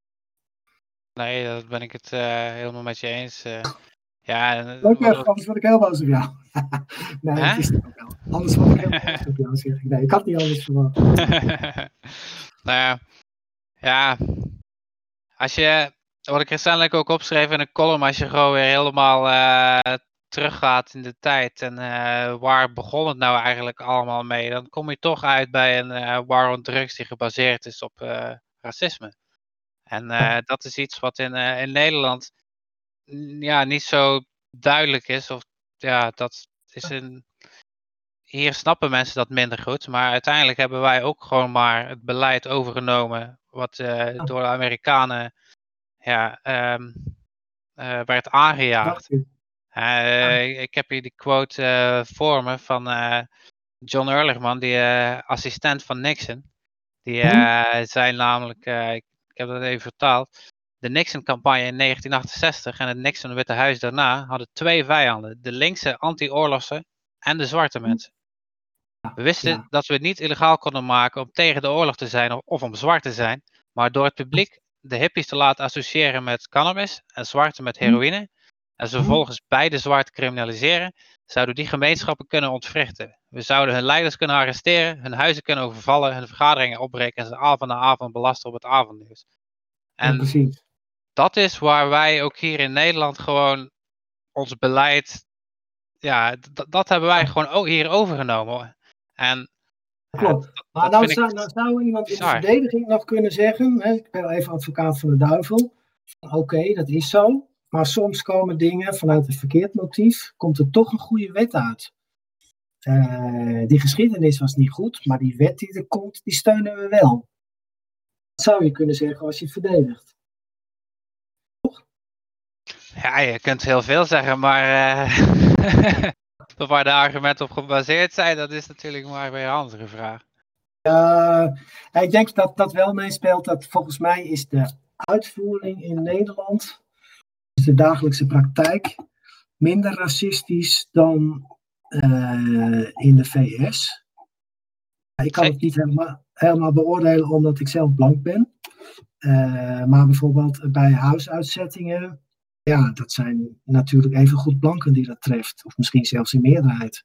A: Nee, dat ben ik het uh, helemaal met je eens. Uh, ja, en,
B: Leuk,
A: wat
B: ook... anders word ik heel boos op jou. Nee,
A: huh?
B: het is het ook wel. Anders word ik heel boos op jou, zeg ik. Nee, ik had niet anders verwacht.
A: Nou ja, ja, als je, wat ik recentelijk ook opschreef in een column, als je gewoon weer helemaal uh, teruggaat in de tijd en uh, waar begon het nou eigenlijk allemaal mee, dan kom je toch uit bij een uh, war on drugs die gebaseerd is op uh, racisme. En uh, dat is iets wat in, uh, in Nederland ja, niet zo duidelijk is. Of ja, dat is een... Hier snappen mensen dat minder goed. Maar uiteindelijk hebben wij ook gewoon maar het beleid overgenomen. Wat uh, door de Amerikanen ja, um, uh, werd aangejaagd. Uh, ik heb hier die quote uh, voor me van uh, John Ehrlichman, die uh, assistent van Nixon. Die uh, zei namelijk, uh, ik, ik heb dat even vertaald. De Nixon-campagne in negentien achtenzestig en het Nixon-Witte Huis daarna hadden twee vijanden. De linkse anti-oorlogse en de zwarte mensen. We wisten ja. dat we het niet illegaal konden maken om tegen de oorlog te zijn of, of om zwart te zijn. Maar door het publiek de hippies te laten associëren met cannabis en zwarte met heroïne. En ze vervolgens beide zwart criminaliseren. Zouden die gemeenschappen kunnen ontwrichten. We zouden hun leiders kunnen arresteren, hun huizen kunnen overvallen, hun vergaderingen opbreken en ze avond na avond belasten op het avondnieuws. En ja, dat is waar wij ook hier in Nederland gewoon ons beleid, ja, d- dat hebben wij gewoon ook hier overgenomen. En
B: klopt. Ja, maar nou zou, nou zou iemand bizar. In de verdediging nog kunnen zeggen, hè, ik ben even advocaat van de duivel, oké, okay, dat is zo, maar soms komen dingen vanuit een verkeerd motief, komt er toch een goede wet uit. Uh, die geschiedenis was niet goed, maar die wet die er komt, die steunen we wel. Dat zou je kunnen zeggen als je het verdedigt. Toch?
A: Ja, je kunt heel veel zeggen, maar uh, waar de argumenten op gebaseerd zijn, dat is natuurlijk maar weer een andere vraag.
B: Uh, ik denk dat dat wel meespeelt, dat volgens mij is de uitvoering in Nederland, is de dagelijkse praktijk, minder racistisch dan uh, in de V S. Ik kan het niet helemaal, helemaal beoordelen omdat ik zelf blank ben. Uh, maar bijvoorbeeld bij huisuitzettingen, ja, dat zijn natuurlijk even goed blanken die dat treft. Of misschien zelfs in meerderheid.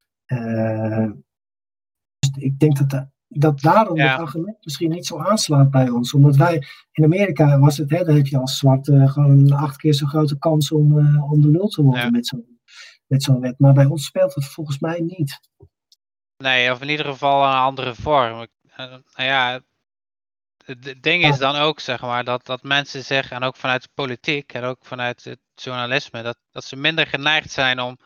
B: Uh, dus ik denk dat, de, dat daarom ja. het argument misschien niet zo aanslaat bij ons. Omdat wij, in Amerika was het, hè, dan heb je als zwarte gewoon een acht keer zo grote kans om, uh, om de lul te worden ja. met zo'n met zo'n wet. Maar bij ons speelt het volgens mij niet.
A: Nee, of in ieder geval een andere vorm. Uh, nou ja, het ding is dan ook, zeg maar, dat, dat mensen zeggen, en ook vanuit de politiek en ook vanuit het journalisme, dat, dat ze minder geneigd zijn om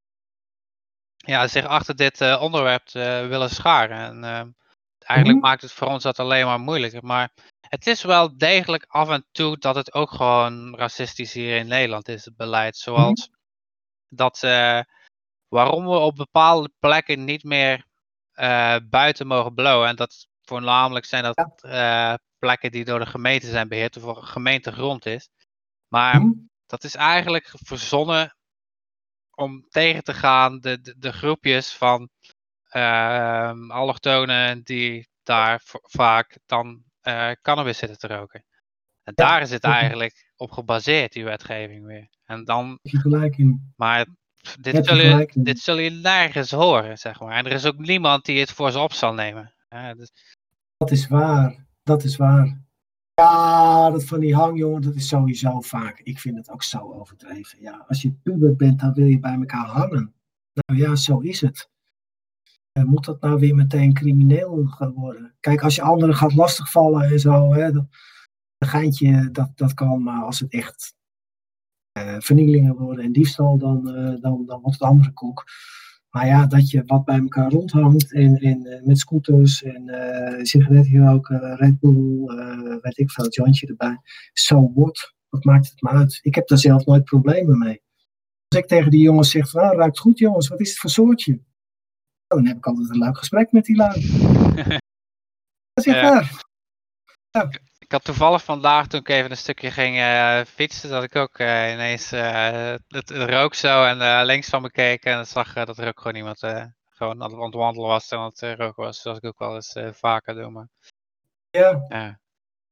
A: ja, zich achter dit uh, onderwerp te willen scharen. En uh, eigenlijk mm-hmm. maakt het voor ons dat alleen maar moeilijker. Maar het is wel degelijk af en toe dat het ook gewoon racistisch hier in Nederland is, het beleid. Zoals mm-hmm. dat, uh, waarom we op bepaalde plekken niet meer uh, buiten mogen blowen. En dat voornamelijk zijn dat uh, plekken die door de gemeente zijn beheerd of een gemeentegrond is. Maar mm-hmm. dat is eigenlijk verzonnen om tegen te gaan de, de, de groepjes van uh, allochtonen die daar v- vaak dan uh, cannabis zitten te roken. En ja, daar is het eigenlijk op gebaseerd, die wetgeving weer. En dan,
B: gelijk in.
A: Maar dit zul, je, dit zul je nergens horen, zeg maar. En er is ook niemand die het voor ze op zal nemen. Ja, dus...
B: Dat is waar, dat is waar. Ja, dat van die hangjongen, dat is sowieso vaak. Ik vind het ook zo overdreven. Ja, als je puber bent, dan wil je bij elkaar hangen. Nou ja, zo is het. En moet dat nou weer meteen crimineel gaan worden? Kijk, als je anderen gaat lastigvallen en zo, hè, dan, een geintje, dat, dat kan. Maar als het echt uh, vernielingen worden en diefstal, dan, uh, dan, dan wordt het andere koek. Maar ja, dat je wat bij elkaar rondhangt en, en uh, met scooters en uh, sigaretten roken, Red Bull, uh, weet ik veel, jointje erbij. So what? Wat maakt het maar uit? Ik heb daar zelf nooit problemen mee. Als ik tegen die jongens zeg, nou, ruikt goed jongens, wat is het voor soortje? Dan heb ik altijd een leuk gesprek met die lui. Dat is echt
A: ja.
B: waar. Ja.
A: Ik had toevallig vandaag, toen ik even een stukje ging uh, fietsen, dat ik ook uh, ineens uh, het, het rook zo en uh, links van me keek en zag uh, dat er ook gewoon iemand uh, gewoon aan het wandelen was en aan het uh, roken was, zoals ik ook wel eens uh, vaker doe. Maar...
B: Ja.
A: Ja.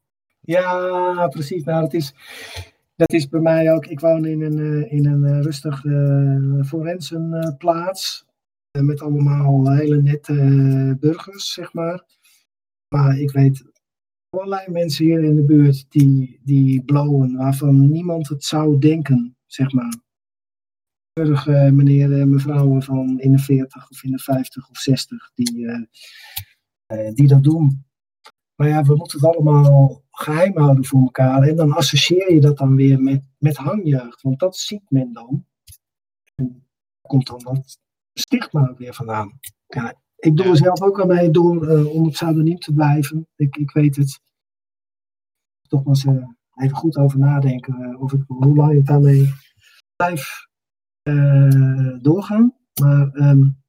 B: ja, precies. Nou, dat is, dat is bij mij ook. Ik woon in een, uh, in een uh, rustig uh, forensenplaats uh, met allemaal hele nette uh, burgers, zeg maar. Maar ik weet allerlei mensen hier in de buurt die, die blowen, waarvan niemand het zou denken, zeg maar. Burger, meneer en mevrouwen van in de veertig of in de vijftig of zestig die, uh, uh, die dat doen. Maar ja, we moeten het allemaal geheim houden voor elkaar. En dan associeer je dat dan weer met, met hangjeugd. Want dat ziet men dan. En komt dan dat stigma ook weer vandaan. Ja, ik doe er zelf ook al mee door uh, om op pseudoniem te blijven. Ik, ik weet het. Toch maar eens uh, even goed over nadenken. Uh, of ik, hoe lang ik daarmee blijf uh, doorgaan. Maar, um,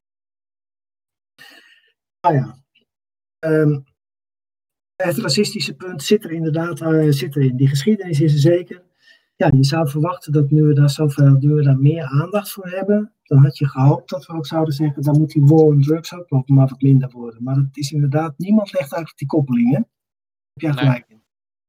B: nou ja. Um, Het racistische punt zit er inderdaad uh, zit erin. Die geschiedenis is er zeker. Ja, je zou verwachten dat nu we daar zoveel, nu we daar meer aandacht voor hebben, dan had je gehoopt dat we ook zouden zeggen, dan moet die war on drugs ook nog maar wat minder worden. Maar het is inderdaad, niemand legt eigenlijk die koppeling, hè? Heb jij gelijk in?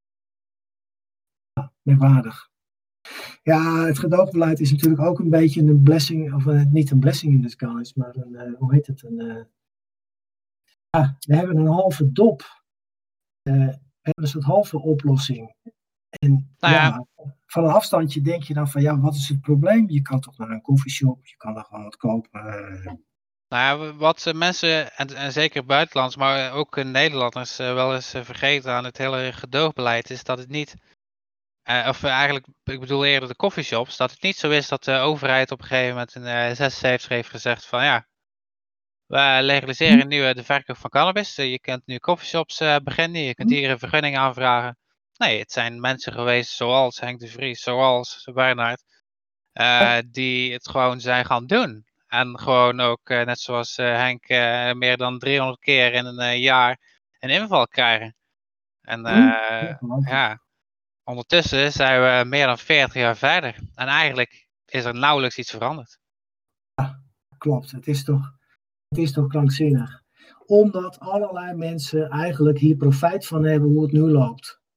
B: Ja, merkwaardig. Ja, het gedoogbeleid is natuurlijk ook een beetje een blessing, of uh, niet een blessing in disguise, maar een, uh, hoe heet het? Een, uh, ja, we hebben een halve dop. Uh, we hebben een soort halve oplossing. En nou ja. Ja, van een afstandje denk je dan van ja, wat is het probleem? Je kan toch naar een koffieshop, je kan er gewoon wat kopen. Uh...
A: Nou ja, wat uh, mensen, en, en zeker buitenlands, maar ook uh, Nederlanders uh, wel eens uh, vergeten aan het hele gedoogbeleid, is dat het niet, uh, of uh, eigenlijk, ik bedoel eerder de koffieshops, dat het niet zo is dat de overheid op een gegeven moment in uh, zesenzeventig heeft gezegd van ja, we legaliseren nu uh, de verkoop van cannabis. Uh, je kunt nu coffeeshops uh, beginnen. Je kunt hier een vergunning aanvragen. Nee, het zijn mensen geweest zoals Henk de Vries, zoals Bernhard. Uh, die het gewoon zijn gaan doen. En gewoon ook, uh, net zoals uh, Henk, uh, meer dan driehonderd keer in een uh, jaar een inval krijgen. En uh, ja, ondertussen zijn we meer dan veertig jaar verder. En eigenlijk is er nauwelijks iets veranderd.
B: Ja, klopt. Het is toch... Het is toch krankzinnig. Omdat allerlei mensen eigenlijk hier profijt van hebben hoe het nu loopt.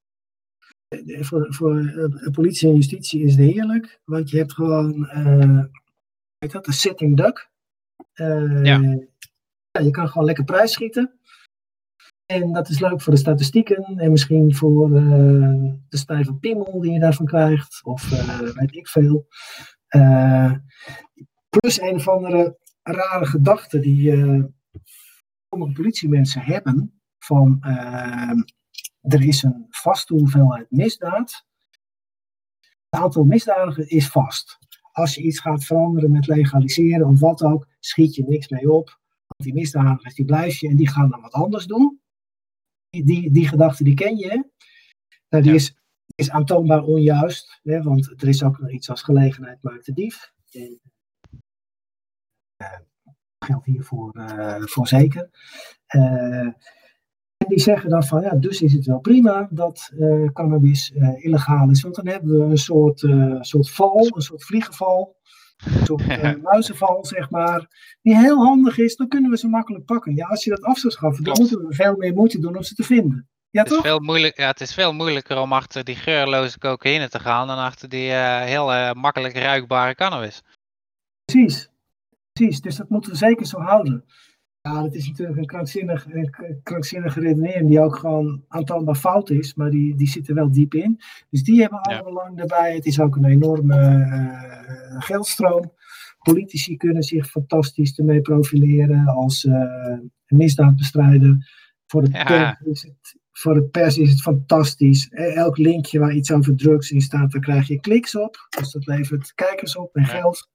B: voor, voor uh, politie en justitie is het heerlijk, want je hebt gewoon, uh, weet dat, een sitting duck. Uh,
A: ja.
B: Ja, je kan gewoon lekker prijsschieten. En dat is leuk voor de statistieken en misschien voor uh, de stijve piemel die je daarvan krijgt, of uh, weet ik veel. Uh, plus een of andere rare gedachte die uh, sommige politiemensen hebben, van uh, er is een vaste hoeveelheid misdaad. Het aantal misdadigers is vast. Als je iets gaat veranderen met legaliseren of wat ook, schiet je niks mee op. Want die misdadigers die blijf je en die gaan dan wat anders doen. Die, die, die gedachte die ken je. Nou, die
A: ja.
B: is, is aantoonbaar onjuist. Hè, want er is ook nog iets als gelegenheid maakt de dief. En, uh, geldt hiervoor uh, voor zeker. Uh, En die zeggen dan van, ja, dus is het wel prima dat uh, cannabis uh, illegaal is. Want dan hebben we een soort, uh, soort val, een soort vliegenval, een soort uh, muizenval, zeg maar, die heel handig is. Dan kunnen we ze makkelijk pakken. Ja, als je dat af zou schaffen, dan moeten we veel meer moeite doen om ze te vinden. Ja,
A: het, is
B: toch?
A: veel moeilijk, ja, het is veel moeilijker om achter die geurloze cocaïne te gaan dan achter die uh, heel uh, makkelijk ruikbare cannabis.
B: Precies. Precies, dus dat moeten we zeker zo houden. Ja, dat is natuurlijk een krankzinnig, een krankzinnige redenering die ook gewoon aantoonbaar fout is, maar die, die zit er wel diep in. Dus die hebben alle ja. belang daarbij. Het is ook een enorme uh, geldstroom. Politici kunnen zich fantastisch ermee profileren als uh, misdaadbestrijder. Voor de, ja. pers is het, voor de pers is het fantastisch. Elk linkje waar iets over drugs in staat, daar krijg je kliks op. Dus dat levert kijkers op en ja. geld.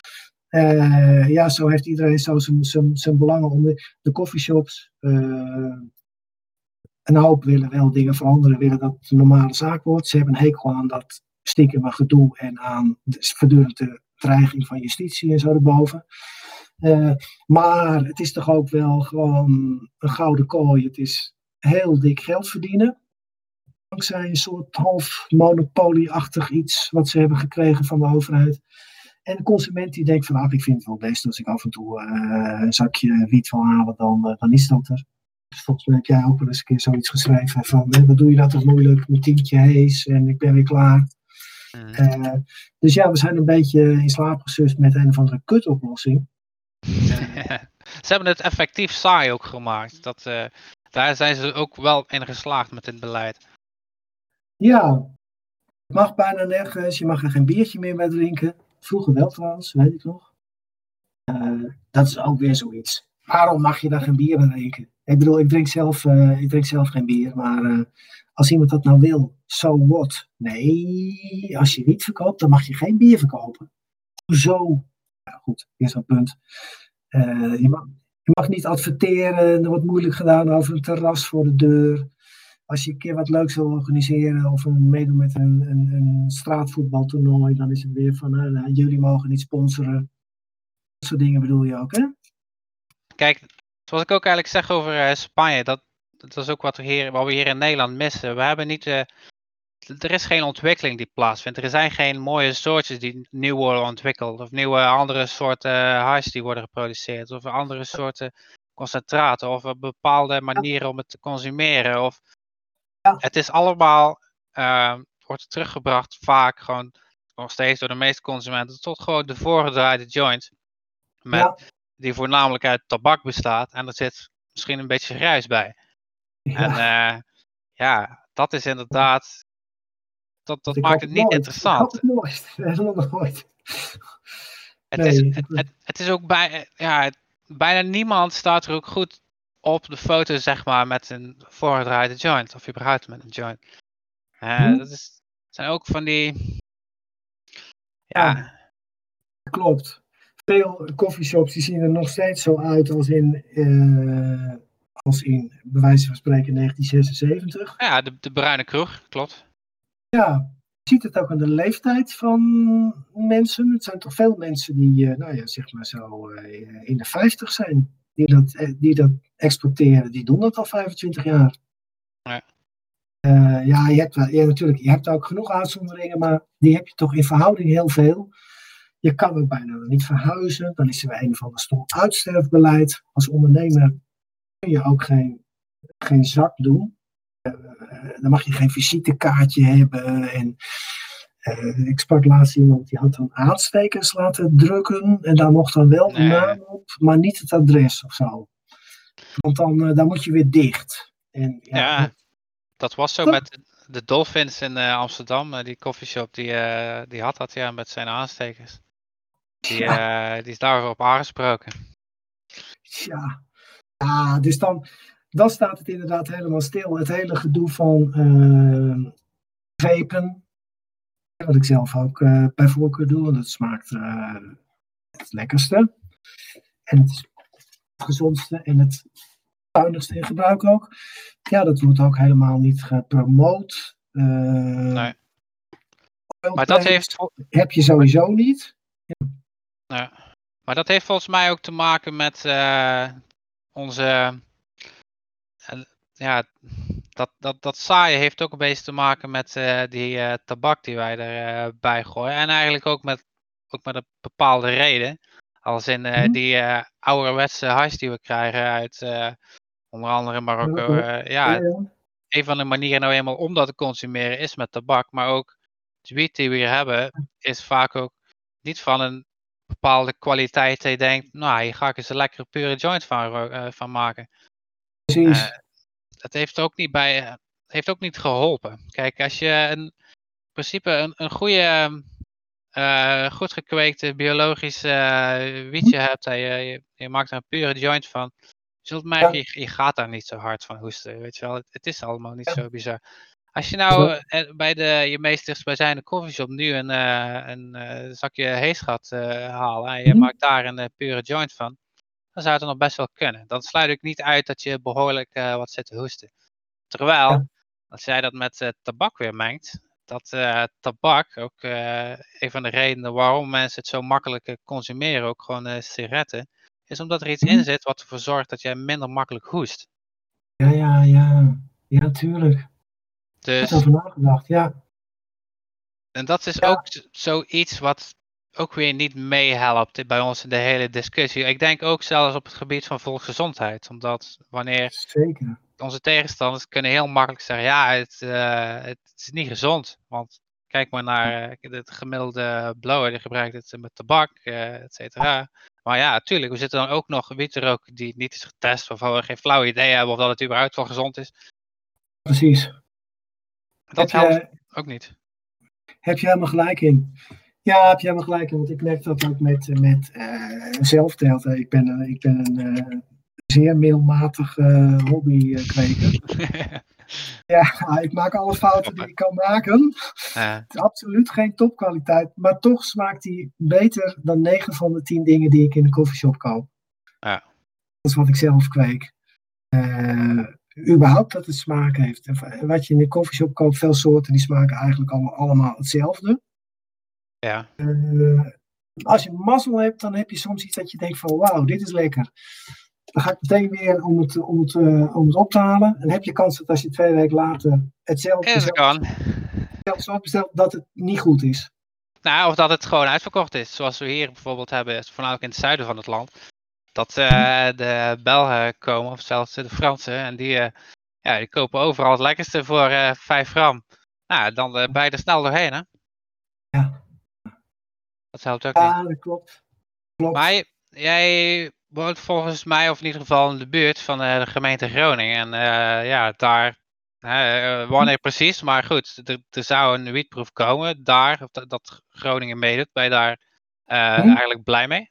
B: Uh, ja, zo heeft iedereen zo zijn, zijn, zijn belangen om de, de coffeeshops. Uh, een hoop willen wel dingen veranderen, willen dat het een normale zaak wordt. Ze hebben een hekel aan dat stiekem gedoe en aan de voortdurende dreiging van justitie en zo erboven. Uh, maar het is toch ook wel gewoon een gouden kooi. Het is heel dik geld verdienen. Dankzij een soort half monopolie-achtig iets wat ze hebben gekregen van de overheid. En de consument die denkt van, ach, ik vind het wel best als ik af en toe uh, een zakje wiet wil halen, dan, uh, dan is dat er. Dus volgens mij heb jij ook wel eens een keer zoiets geschreven van, hè, wat doe je nou toch moeilijk, mijn tientje hees en ik ben weer klaar. Mm. Uh, dus ja, we zijn een beetje in slaap gesust met een of andere kutoplossing.
A: Ze hebben het effectief saai ook gemaakt. Dat, uh, daar zijn ze ook wel in geslaagd met dit beleid.
B: Ja, het mag bijna nergens, je mag er geen biertje meer bij drinken. Vroeger wel trouwens, weet ik nog. Uh, dat is ook weer zoiets. Waarom mag je daar geen bier bij drinken? Ik bedoel, ik drink zelf, uh, ik drink zelf geen bier, maar uh, als iemand dat nou wil, so what? Nee, als je wiet verkoopt, dan mag je geen bier verkopen. Hoezo? Ja, goed, hier is een punt. Uh, je, mag, je mag niet adverteren, er wordt moeilijk gedaan over een terras voor de deur. Als je een keer wat leuks wil organiseren of een, meedoen met een, een, een straatvoetbaltoernooi, dan is het weer van, uh, nou, jullie mogen niet sponsoren. Dat soort dingen bedoel je ook, hè?
A: Kijk, zoals ik ook eigenlijk zeg over uh, Spanje, dat, dat is ook wat we, hier, wat we hier in Nederland missen. We hebben niet, uh, er is geen ontwikkeling die plaatsvindt. Er zijn geen mooie soortjes die nieuw worden ontwikkeld. Of nieuwe andere soorten uh, hash die worden geproduceerd. Of andere soorten concentraten. Of bepaalde manieren om het te consumeren. Of ja. Het is allemaal, uh, wordt teruggebracht vaak gewoon nog steeds door de meeste consumenten tot gewoon de voorgedraaide joint. Met, ja. Die voornamelijk uit tabak bestaat en er zit misschien een beetje ruis bij. Ja. En uh, ja, dat is inderdaad, dat, dat maakt het niet nooit. interessant.
B: Ik hoop het nooit, helemaal nooit.
A: Het, nee. is, het, het, het is ook bij, ja, bijna niemand staat er ook goed op de foto, zeg maar, met een voorgedraaide joint. Of überhaupt met een joint. Uh, hm? Dat is, zijn ook van die... Ja.
B: ja. Klopt. Veel coffeeshops die zien er nog steeds zo uit als in, uh, als in bij wijze van spreken negentien zesenzeventig.
A: Ja, de, de bruine kroeg, klopt.
B: Ja, je ziet het ook aan de leeftijd van mensen. Het zijn toch veel mensen die, uh, nou ja, zeg maar zo uh, in de vijftig zijn. Die dat, die dat exporteren, die doen dat al vijfentwintig jaar.
A: Ja,
B: uh, ja, je hebt, ja, natuurlijk, je hebt ook genoeg uitzonderingen, maar die heb je toch in verhouding heel veel. Je kan ook bijna niet verhuizen, dan is er weer een of ander stom uitsterfbeleid. Als ondernemer kun je ook geen, geen zak doen. Uh, uh, dan mag je geen visitekaartje hebben. En uh, ik sprak laatst iemand die had dan aanstekers laten drukken. En daar mocht dan wel de
A: Nee.
B: naam op, maar niet het adres of zo. Want dan, uh, dan moet je weer dicht. En, ja,
A: Ja,
B: dat,
A: dat was zo
B: dat,
A: met de, de Dolphins in uh, Amsterdam. Uh, die coffeeshop, die, uh, die had dat ja met zijn aanstekers. Die,
B: ja,
A: uh, die is daarop aangesproken.
B: ja. ja, dus dan, dan staat het inderdaad helemaal stil. Het hele gedoe van uh, vapen. Wat ik zelf ook uh, bij voorkeur doe. En dat smaakt uh, het lekkerste. En het is het gezondste en het zuinigste in gebruik ook. Ja, dat wordt ook helemaal niet gepromoot. Uh,
A: Nee. Maar dat heeft...
B: heb je sowieso niet. Ja.
A: Nee. Maar dat heeft volgens mij ook te maken met uh, onze... Uh, ja, dat, dat, dat saaie heeft ook een beetje te maken met uh, die uh, tabak die wij erbij uh, gooien. En eigenlijk ook met, ook met een bepaalde reden. Als in uh, die uh, ouderwetse hash die we krijgen uit uh, onder andere Marokko. Uh, ja,
B: ja, ja.
A: Een van de manieren nou eenmaal om dat te consumeren is met tabak. Maar ook de wiet die we hier hebben is vaak ook niet van een bepaalde kwaliteit. Dat je denkt, nou hier ga ik eens een lekkere pure joint van, uh, van maken.
B: Precies.
A: Uh, het heeft ook niet bij, uh, heeft ook niet geholpen. Kijk, als je een, in principe een, een goede, uh, goed gekweekte biologische uh, wietje hebt en je, je, je maakt er een pure joint van, je zult merken, ja. je, je gaat daar niet zo hard van hoesten, weet je wel. Het, het is allemaal niet ja. zo bizar. Als je nou uh, bij de, je meest dichtstbijzijnde koffieshop nu een, uh, een uh, zakje heeschat uh, halen en je mm-hmm. maakt daar een uh, pure joint van, dan zou het nog best wel kunnen. Dan sluit ik niet uit dat je behoorlijk uh, wat zit te hoesten. Terwijl, ja. als jij dat met uh, tabak weer mengt, dat uh, tabak ook uh, een van de redenen waarom mensen het zo makkelijk consumeren, ook gewoon uh, sigaretten, is omdat er iets mm. in zit wat ervoor zorgt dat jij minder makkelijk hoest.
B: Ja, ja, ja. Ja, tuurlijk.
A: Dus,
B: ik heb over nagedacht, ja.
A: En dat is
B: ja.
A: ook zoiets wat ook weer niet meehelpt bij ons in de hele discussie. Ik denk ook zelfs op het gebied van volksgezondheid. Omdat wanneer
B: Zeker.
A: onze tegenstanders kunnen heel makkelijk zeggen, ja, het, uh, het is niet gezond. Want kijk maar naar uh, het gemiddelde blower, die gebruikt het met tabak, uh, et cetera. Maar ja, natuurlijk, we zitten dan ook nog wiet er ook die niet is getest, waarvan we geen flauw idee hebben of dat het überhaupt wel gezond is.
B: Precies.
A: Dat
B: heb
A: helpt
B: je,
A: ook niet.
B: Heb je helemaal gelijk in. Ja, heb je helemaal gelijk in, want ik merk dat ook met, met uh, zelfteelt. Ik ben, uh, ik ben een uh, zeer middelmatig uh, hobbykweker. Ja, ik maak alle fouten die ik kan maken.
A: Ja.
B: Het is absoluut geen topkwaliteit, maar toch smaakt die beter dan negen van de tien dingen die ik in de koffieshop koop.
A: Ja.
B: Dat is wat ik zelf kweek. Uh, überhaupt dat het smaak heeft. Wat je in de koffieshop koopt, veel soorten, die smaken eigenlijk allemaal, allemaal hetzelfde.
A: Ja.
B: Uh, als je mazzel hebt, dan heb je soms iets dat je denkt van wauw, dit is lekker. Dan ga ik meteen weer om het, om het, uh, om het op te halen. En dan heb je kans dat als je twee weken later hetzelfde soort bestelt, dat het niet goed is.
A: Nou, of dat het gewoon uitverkocht is. Zoals we hier bijvoorbeeld hebben, voornamelijk in het zuiden van het land. Dat uh, de Belgen komen, of zelfs de Fransen. En die, uh, ja, die kopen overal het lekkerste voor uh, vijf gram. Nou, dan uh, ben je er snel doorheen, hè?
B: Ja.
A: Dat helpt ook
B: ja,
A: niet.
B: Ja, dat klopt. klopt.
A: Maar jij woont volgens mij, of in ieder geval in de buurt van uh, de gemeente Groningen. En uh, ja, daar, uh, wanneer precies, maar goed, er, er zou een wietproef komen daar, of dat, dat Groningen meedoet. Ben je daar uh, hm? eigenlijk blij mee?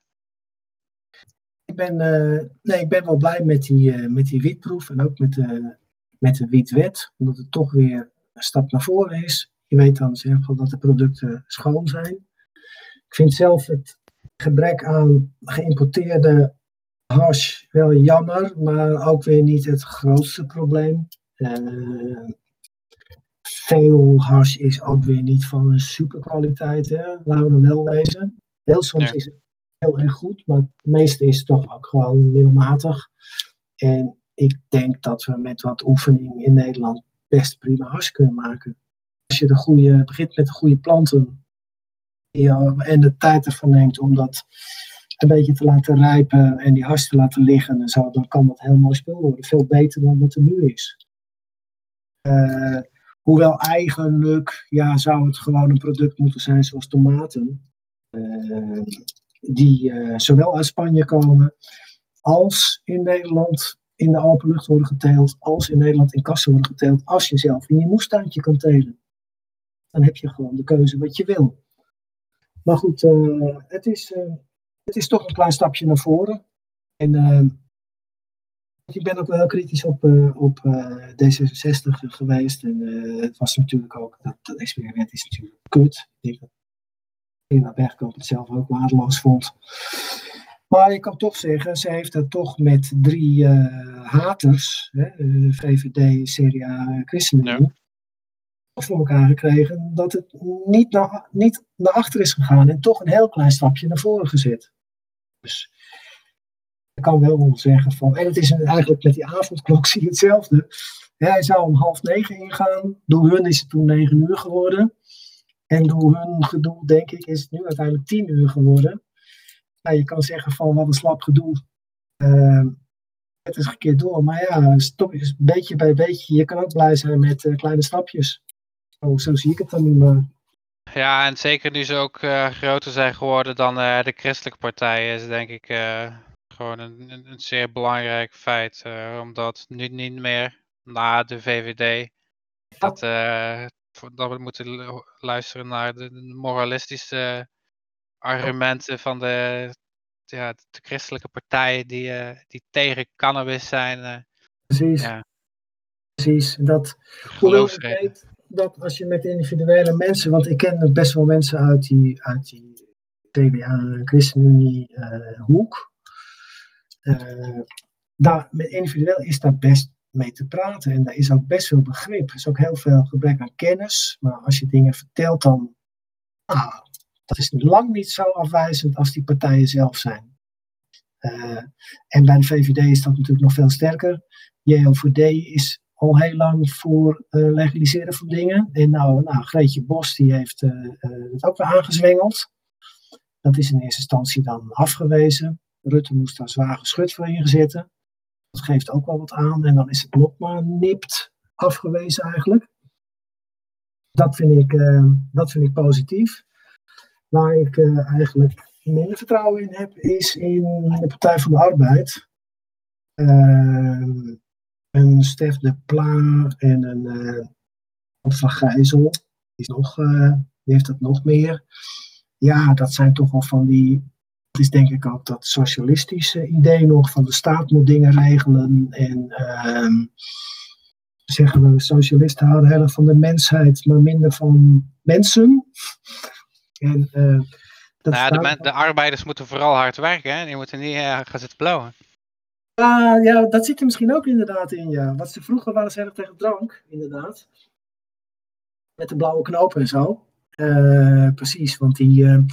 B: Ik ben, uh, nee, ik ben wel blij met die, uh, met die wietproef en ook met de, met de wietwet, omdat het toch weer een stap naar voren is. Je weet dan in ieder geval dat de producten schoon zijn. Ik vind zelf het gebrek aan geïmporteerde hash wel jammer, maar ook weer niet het grootste probleem. Uh, veel hash is ook weer niet van een superkwaliteit, hè? Laten we dan wel wezen. Heel soms ja. is het heel erg goed, maar het meeste is toch ook gewoon middelmatig. En ik denk dat we met wat oefening in Nederland best prima hash kunnen maken. Als je de goede, begint met de goede planten ja, en de tijd ervan neemt om dat een beetje te laten rijpen en die hash te laten liggen en zo, dan kan dat heel mooi spul worden. Veel beter dan wat er nu is. Uh, hoewel eigenlijk ja, zou het gewoon een product moeten zijn zoals tomaten. Uh, die uh, zowel uit Spanje komen als in Nederland in de open lucht worden geteeld, als in Nederland in kassen worden geteeld, als je zelf in je moestuintje kan telen. Dan heb je gewoon de keuze wat je wil. Maar goed, uh, het, is, uh, het is toch een klein stapje naar voren. En uh, ik ben ook wel heel kritisch op, uh, op uh, D zesenzestig geweest. En uh, het was natuurlijk ook, dat, dat experiment is natuurlijk kut. Ik denk dat Ingrid Bergkamp het zelf ook waardeloos vond. Maar ik kan toch zeggen, ze heeft dat toch met drie uh, haters, hè, uh, V V D, C D A, ChristenUnie, ja. voor elkaar gekregen dat het niet naar, niet naar achter is gegaan en toch een heel klein stapje naar voren gezet. Dus ik kan wel zeggen van, en het is eigenlijk met die avondklok zie je hetzelfde. Ja, hij zou om half negen ingaan, door hun is het toen negen uur geworden. En door hun gedoe, denk ik, is het nu uiteindelijk tien uur geworden. Nou, je kan zeggen van, wat een slap gedoe. Uh, het is een keer door, maar ja, stop, beetje bij beetje. Je kan ook blij zijn met uh, kleine stapjes. Oh, zo zie ik het dan nu maar.
A: Ja, en zeker nu ze ook uh, groter zijn geworden dan uh, de christelijke partijen, is denk ik uh, gewoon een, een, een zeer belangrijk feit. Uh, omdat nu niet meer na de V V D dat, uh, dat we moeten luisteren naar de, de moralistische argumenten van de, ja, de christelijke partijen die, uh, die tegen cannabis zijn. Uh,
B: Precies. Ja. Precies. Dat, hoewel ik weet dat als je met individuele mensen, want ik ken best wel mensen uit die, uit die C D A, ChristenUnie uh, hoek. Uh, daar, met individueel is daar best mee te praten en daar is ook best veel begrip. Er is ook heel veel gebrek aan kennis, maar als je dingen vertelt dan, ah, dat is lang niet zo afwijzend als die partijen zelf zijn. Uh, en bij de V V D is dat natuurlijk nog veel sterker. J O V D is al heel lang voor uh, legaliseren van dingen. En nou, nou Greetje Bos die heeft uh, uh, het ook weer aangezwengeld. Dat is in eerste instantie dan afgewezen. Rutte moest daar zwaar geschut voor inzetten. Dat geeft ook wel wat aan. En dan is het nog maar nipt afgewezen eigenlijk. Dat vind ik, uh, dat vind ik positief. Waar ik uh, eigenlijk minder vertrouwen in heb, is in de Partij van de Arbeid. Uh, een Stef de Pla en een uh, Van Gijzel, die, is nog, uh, die heeft dat nog meer. Ja, dat zijn toch wel van die, het is denk ik ook dat socialistische idee nog, van de staat moet dingen regelen en uh, zeggen we, socialisten houden heel erg van de mensheid, maar minder van mensen. En uh,
A: dat nou, de, men, de arbeiders moeten vooral hard werken, hè? Die moeten niet uh, gaan zitten blauwen.
B: Ja, ja, dat zit er misschien ook inderdaad in, ja. Wat ze vroeger waren ze erg tegen drank, inderdaad. Met de blauwe knopen en zo. Uh, precies, want die... Uh,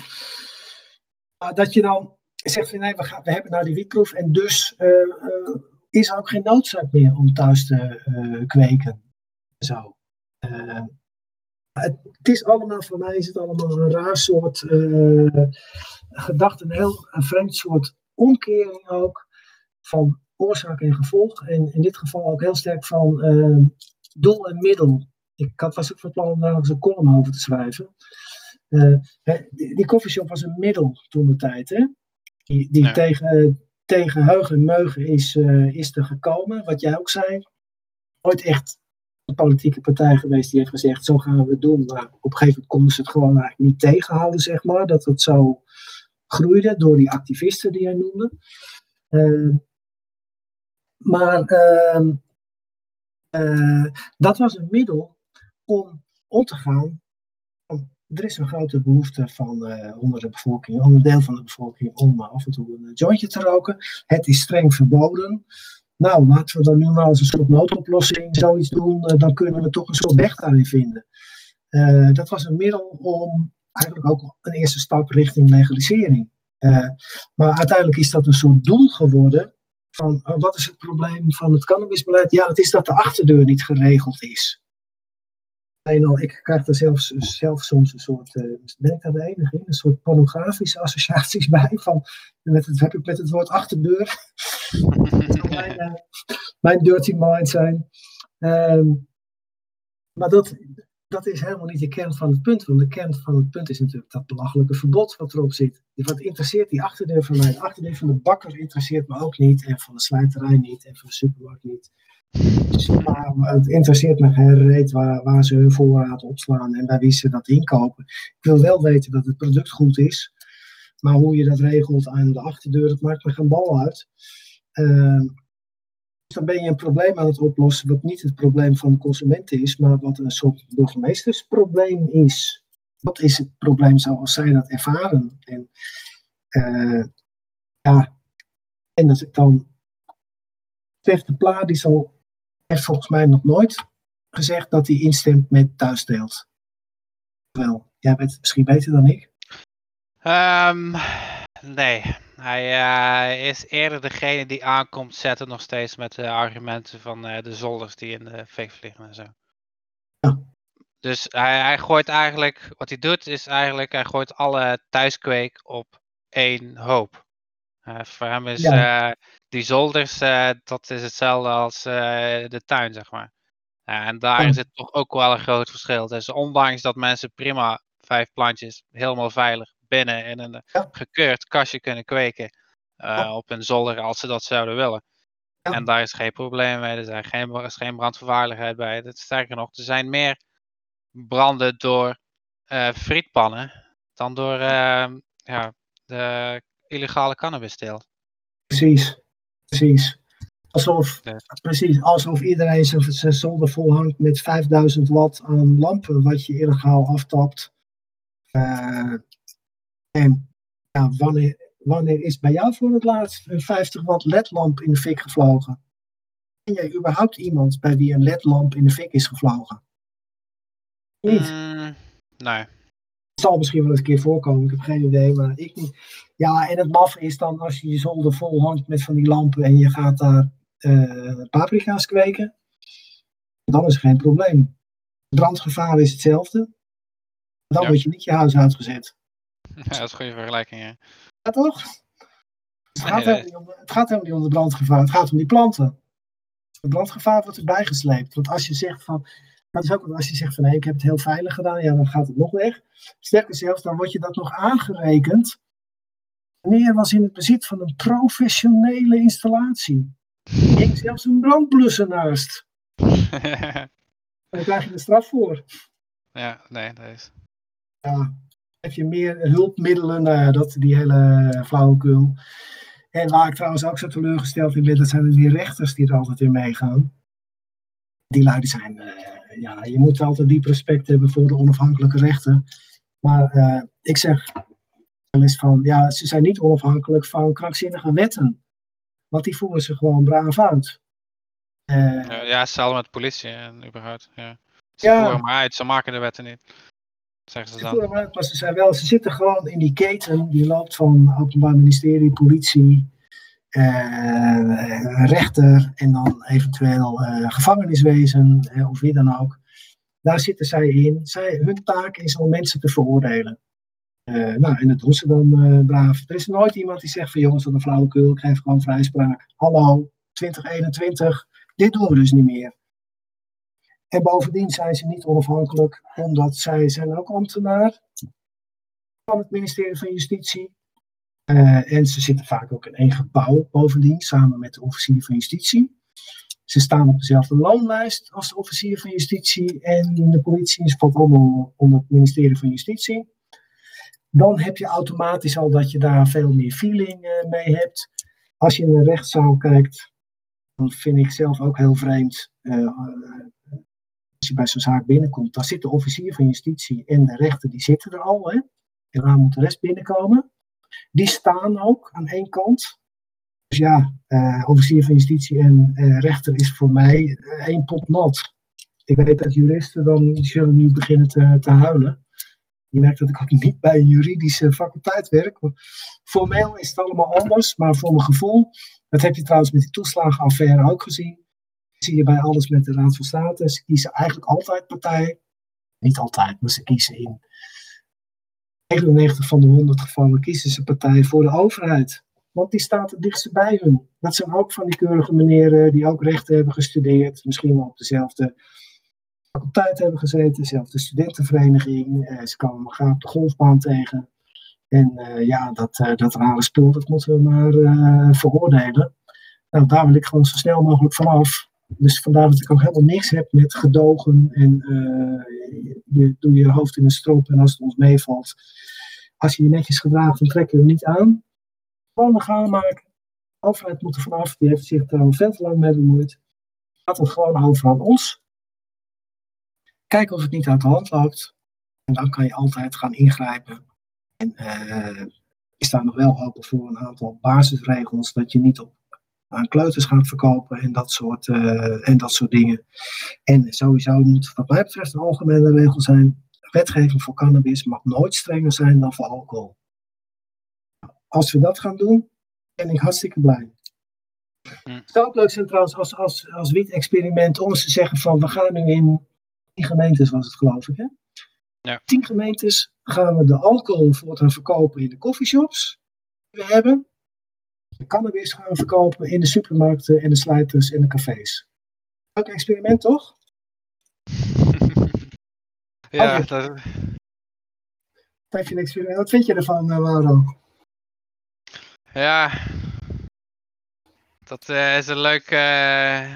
B: dat je dan zegt van, nee, we, gaan, we hebben nou die wietproef en dus uh, uh, is er ook geen noodzaak meer om thuis te uh, kweken. Zo. Uh, het, het is allemaal, voor mij is het allemaal een raar soort uh, gedachte, een heel een vreemd soort omkering ook. Van oorzaak en gevolg. En in dit geval ook heel sterk van uh, doel en middel. Ik had, was ook van plan om daar eens een column over te schrijven. Uh, hè, die, die koffieshop was een middel toen de tijd. Hè? Die, die ja. tegen, uh, tegen Heugen en Meugen is, uh, is er gekomen. Wat jij ook zei. Ooit echt een politieke partij geweest die heeft gezegd, zo gaan we het doen. Maar op een gegeven moment konden ze het gewoon eigenlijk niet tegenhouden, zeg maar. Dat het zo groeide door die activisten die jij noemde. Uh, Maar uh, uh, dat was een middel om om te gaan. Er is een grote behoefte van uh, onder de bevolking, onder een deel van de bevolking, om uh, af en toe een jointje te roken. Het is streng verboden. Nou, laten we dan nu maar als een soort noodoplossing zoiets doen, uh, dan kunnen we toch een soort weg daarin vinden. Uh, dat was een middel om eigenlijk ook een eerste stap richting legalisering. Uh, maar uiteindelijk is dat een soort doel geworden. Van, uh, wat is het probleem van het cannabisbeleid? Ja, het is dat de achterdeur niet geregeld is. En al, ik krijg er zelfs, zelf soms een soort, uh, ben ik daar de enige in, een soort pornografische associaties bij. Van, met het, heb ik met het woord achterdeur. Dat zou mijn, uh, mijn dirty mind zijn. Um, Maar dat, dat is helemaal niet de kern van het punt. Want de kern van het punt is natuurlijk dat belachelijke verbod wat erop zit. Wat interesseert die achterdeur van mij? De achterdeur van de bakker interesseert me ook niet. En van de slijterij niet. En van de supermarkt niet. Dus, maar het interesseert me geen reet waar, waar ze hun voorraad opslaan en bij wie ze dat inkopen. Ik wil wel weten dat het product goed is. Maar hoe je dat regelt aan de achterdeur, dat maakt me geen bal uit. Uh, dus dan ben je een probleem aan het oplossen wat niet het probleem van de consumenten is, maar wat een soort burgemeestersprobleem is. Wat is het probleem zoals zij dat ervaren? En, uh, ja, en dat ik dan... Stef de Pla, die zal, heeft volgens mij nog nooit gezegd dat hij instemt met thuisdeelt. Wel, jij weet het misschien beter dan ik.
A: Um, nee, hij uh, is eerder degene die aankomt zetten nog steeds met de argumenten van uh, de zolders die in de fik vliegen en zo.
B: Ja.
A: Dus hij, hij gooit eigenlijk, wat hij doet is eigenlijk, hij gooit alle thuiskweek op één hoop. Uh, voor hem is ja. uh, die zolders, uh, dat is hetzelfde als uh, de tuin, zeg maar. Uh, en daar ja. zit toch ook wel een groot verschil. Dus ondanks dat mensen prima vijf plantjes helemaal veilig binnen in een ja. gekeurd kastje kunnen kweken uh, ja. op een zolder als ze dat zouden willen. Ja. En daar is geen probleem mee. Er, zijn geen, er is geen brandgevaarlijkheid bij. Dat, sterker nog, er zijn meer branden door uh, frietpannen dan door uh, ja, de illegale cannabisteelt.
B: Precies, precies. Alsof, ja. precies, alsof iedereen zijn zolder vol hangt met vijfduizend watt aan lampen wat je illegaal aftapt. Uh, en ja, wanneer, wanneer is bij jou voor het laatst een vijftig watt ledlamp in de fik gevlogen? Ken jij überhaupt iemand bij wie een ledlamp in de fik is gevlogen? Niet?
A: Mm, nee.
B: Het zal misschien wel eens een keer voorkomen, ik heb geen idee, maar ik niet. Ja, en het maf is dan als je je zolder vol hangt met van die lampen en je gaat daar uh, paprika's kweken, dan is er geen probleem. Brandgevaar is hetzelfde. Dan ja. word je niet je huis uitgezet.
A: Ja, dat is een goede vergelijking, ja.
B: Ja, toch? Het gaat, nee, nee. Om, het gaat helemaal niet om de brandgevaar, het gaat om die planten. Het brandgevaar wordt erbij gesleept. Want als je zegt van, dat is ook als je zegt van nee, ik heb het heel veilig gedaan, ja, dan gaat het nog weg. Sterker zelfs, dan wordt je dat nog aangerekend. Wanneer was in het bezit van een professionele installatie. Er hing zelfs een brandblusser naast. En daar krijg je een straf voor.
A: Ja, nee, dat is...
B: Ja, heb je meer hulpmiddelen, nou, dat, die hele flauwekul. En waar ik trouwens ook zo teleurgesteld in ben, dat zijn die rechters die er altijd in meegaan. Die lui zijn, uh, ja, je moet altijd diep respect hebben voor de onafhankelijke rechter. Maar uh, ik zeg wel eens van, ja, ze zijn niet onafhankelijk van krankzinnige wetten. Want die voeren ze gewoon braaf uit.
A: Uh, ja, ja, hetzelfde met de politie en überhaupt. Ja. Ze ja, voeren maar uit, ze maken de wetten niet. Zeggen ze
B: ze
A: dan.
B: voeren maar uit, maar ze zijn wel, ze zitten gewoon in die keten, die loopt van Openbaar Ministerie, politie, uh, rechter en dan eventueel uh, gevangeniswezen uh, of wie dan ook. Daar zitten zij in. Zij, hun taak is om mensen te veroordelen. Uh, nou, en dat doen ze dan uh, braaf. Er is nooit iemand die zegt van jongens, wat een flauwekul, ik geef gewoon vrijspraak. Hallo, twintig eenentwintig, dit doen we dus niet meer. En bovendien zijn ze niet onafhankelijk, omdat zij zijn ook ambtenaar van het ministerie van Justitie. Uh, en ze zitten vaak ook in één gebouw bovendien, samen met de officier van Justitie. Ze staan op dezelfde loonlijst als de officier van Justitie en de politie. Ze valt allemaal onder het ministerie van Justitie. Dan heb je automatisch al dat je daar veel meer feeling uh, mee hebt. Als je in een rechtszaal kijkt, dan vind ik zelf ook heel vreemd. Uh, uh, als je bij zo'n zaak binnenkomt, dan zit de officier van Justitie en de rechter, die zitten er al. Hè? En waar moet de rest binnenkomen? Die staan ook aan één kant. Dus ja, uh, officier van Justitie en uh, rechter is voor mij uh, één pot nat. Ik weet dat juristen dan die zullen nu beginnen te, te huilen. Je merkt dat ik ook niet bij een juridische faculteit werk. Formeel is het allemaal anders, maar voor mijn gevoel, dat heb je trouwens met die toeslagenaffaire ook gezien. Dat zie je bij alles met de Raad van State. Ze kiezen eigenlijk altijd partij. Niet altijd, maar ze kiezen in negenennegentig van de honderd gevallen kiezen ze partij voor de overheid. Want die staat het dichtst bij hun. Dat zijn ook van die keurige meneren die ook rechten hebben gestudeerd. Misschien wel op dezelfde faculteit hebben gezeten, zelf de studentenvereniging. Uh, ze komen elkaar op de golfbaan tegen. En uh, ja, dat, uh, dat rare spul, dat moeten we maar uh, veroordelen. Nou, daar wil ik gewoon zo snel mogelijk vanaf. Dus vandaar dat ik ook helemaal niks heb met gedogen en uh, je, je doe je hoofd in een strop en als het ons meevalt. Als je je netjes gedraagt, dan trekken we hem niet aan. Gewoon een gaan maken. De overheid moet er vanaf, die heeft zich daar al veel te lang mee bemoeid. Laat het gewoon over aan ons. Kijken of het niet uit de hand loopt. En dan kan je altijd gaan ingrijpen. En uh, is daar nog wel open voor een aantal basisregels, dat je niet op aan kleuters gaat verkopen en dat soort, uh, en dat soort dingen. En sowieso moet wat mij betreft een algemene regel zijn, wetgeving voor cannabis mag nooit strenger zijn dan voor alcohol. Als we dat gaan doen, ben ik hartstikke blij. Het zou ook leuk zijn trouwens als, als, als wiet-experiment om eens te zeggen van we gaan nu in tien gemeentes was het geloof ik hè?
A: Ja.
B: tien gemeentes gaan we de alcohol voortaan verkopen in de coffeeshops die we hebben. De cannabis gaan we verkopen in de supermarkten en de slijters en de cafés. Ook een experiment, toch?
A: Ja,
B: okay.
A: dat...
B: dat je een experiment. Wat vind je ervan, Mauro?
A: Ja, dat uh, is een leuk uh,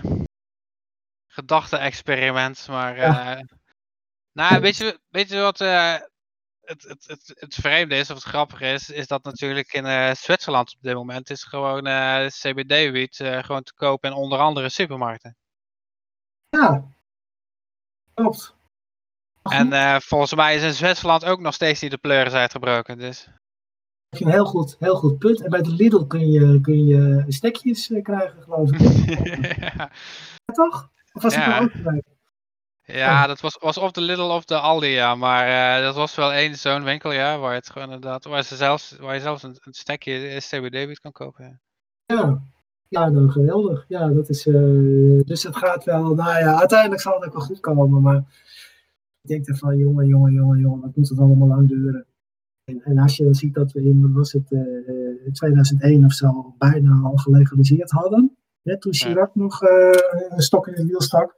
A: gedachte-experiment, maar... Uh, ja. Nou, weet je, weet je wat... Uh, Het, het, het, het vreemde is, of het grappige is, is dat natuurlijk in uh, Zwitserland op dit moment is gewoon uh, C B D-wiet uh, gewoon te koop in onder andere supermarkten.
B: Ja, klopt.
A: En uh, volgens mij is in Zwitserland ook nog steeds niet de pleuris uitgebroken. Dus.
B: Dat is een heel goed, heel goed punt. En bij de Lidl kun je, kun je stekjes uh, krijgen, geloof ik.
A: Ja.
B: Ja, toch? Of was
A: ja.
B: ik wel ook bij?
A: Ja,
B: oh.
A: dat was, was of de Lidl of de Aldi, ja. Maar uh, dat was wel één zo'n winkel, ja, waar, het gewoon inderdaad, waar, ze zelfs, waar je zelfs een, een stekje C B D-wiet kan kopen. Ja.
B: Ja. Ja, nou geweldig. Ja, dat is, uh, dus het gaat wel, nou ja, uiteindelijk zal het ook wel goed komen, maar ik denk ervan, jongen, jongen, jongen, jongen, wat moet het allemaal lang duren? En, en als je dan ziet dat we in, wat was het, uh, tweeduizend één of zo, bijna al gelegaliseerd hadden, hè, toen Chirac ja. nog uh, een stok in het wiel stak.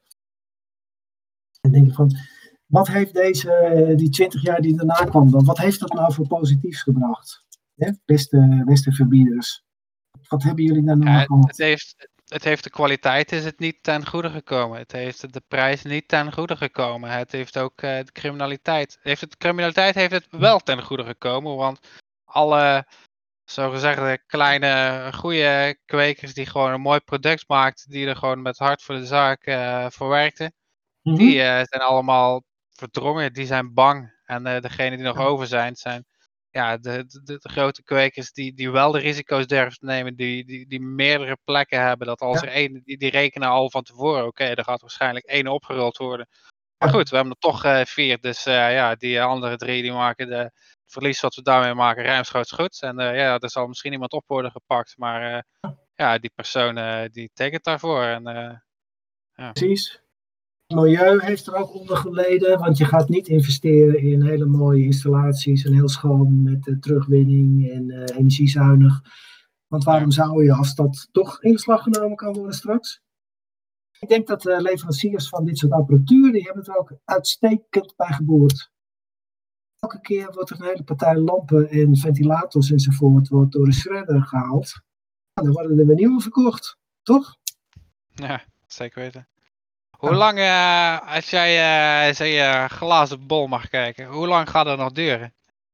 B: En denk ik van, wat heeft deze, die twintig jaar die daarna kwam dan, wat heeft dat nou voor positiefs gebracht? Hè? Beste, beste verbieders. Wat hebben jullie daar nou
A: ja,
B: gehad?
A: Het heeft, het heeft de kwaliteit is het niet ten goede gekomen. Het heeft de prijs niet ten goede gekomen. Het heeft ook uh, de criminaliteit. Heeft het, de criminaliteit heeft het wel ten goede gekomen. Want alle zogezegde kleine goede kwekers die gewoon een mooi product maakten. Die er gewoon met hart voor de zaak uh, voor werkten. Mm-hmm. Die uh, zijn allemaal verdrongen. Die zijn bang. En uh, degenen die nog over zijn, zijn ja, de, de, de grote kwekers die, die wel de risico's durven te nemen, die, die, die meerdere plekken hebben, dat als ja. er één, die, die rekenen al van tevoren, oké, okay, er gaat waarschijnlijk één opgerold worden. Maar goed, we hebben er toch uh, vier, dus uh, ja, die andere drie, die maken de, het verlies wat we daarmee maken ruimschoots goed. En uh, ja, er zal misschien iemand op worden gepakt, maar uh, ja, die persoon, uh, die tekent daarvoor. En, uh, ja.
B: Precies. Het milieu heeft er ook onder geleden, want je gaat niet investeren in hele mooie installaties en heel schoon met uh, terugwinning en uh, energiezuinig. Want waarom zou je, als dat toch in beslag genomen kan worden straks? Ik denk dat uh, leveranciers van dit soort apparatuur, die hebben er ook uitstekend bij geboerd. Elke keer wordt er een hele partij lampen en ventilators enzovoort wordt door de shredder gehaald. Nou, dan worden er weer nieuwe verkocht, toch?
A: Ja, zeker weten. Hoe lang, uh, als jij uh, zei, uh, glazen bol mag kijken, hoe lang gaat dat nog duren?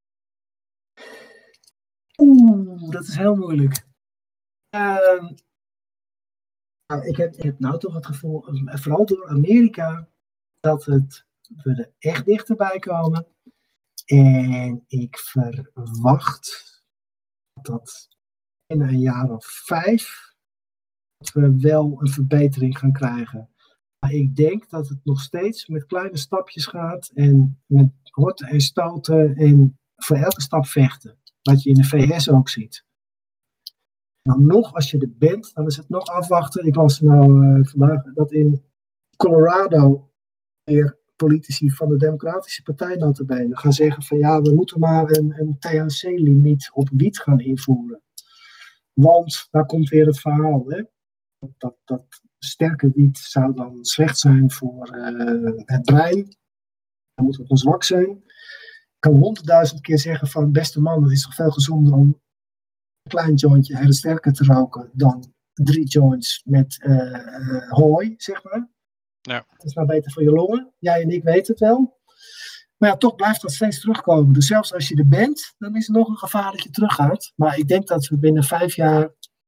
B: Oeh, dat is heel moeilijk. Uh, nou, ik, heb, ik heb nou toch het gevoel, vooral door Amerika, dat het, we er echt dichterbij komen. En ik verwacht dat in een jaar of vijf dat we wel een verbetering gaan krijgen. Maar ik denk dat het nog steeds met kleine stapjes gaat en met horten en stoten en voor elke stap vechten. Wat je in de V S ook ziet. Nou, nog als je er bent, dan is het nog afwachten. Ik las nou uh, vandaag dat in Colorado weer politici van de Democratische Partij notabene gaan zeggen van ja, we moeten maar een, een T H C-limiet op wiet gaan invoeren. Want daar komt weer het verhaal, hè. Dat, dat sterke wiet zou dan slecht zijn voor uh, het brein. Dan moet het dan zwak zijn. Ik kan honderdduizend keer zeggen van, beste man, het is toch veel gezonder om een klein jointje hele sterke te roken dan drie joints met uh, uh, hooi, zeg maar.
A: Ja.
B: Het is maar beter voor je longen. Jij en ik weten het wel. Maar ja, toch blijft dat steeds terugkomen. Dus zelfs als je er bent, dan is er nog een gevaar dat je teruggaat. Maar ik denk dat we binnen vijf jaar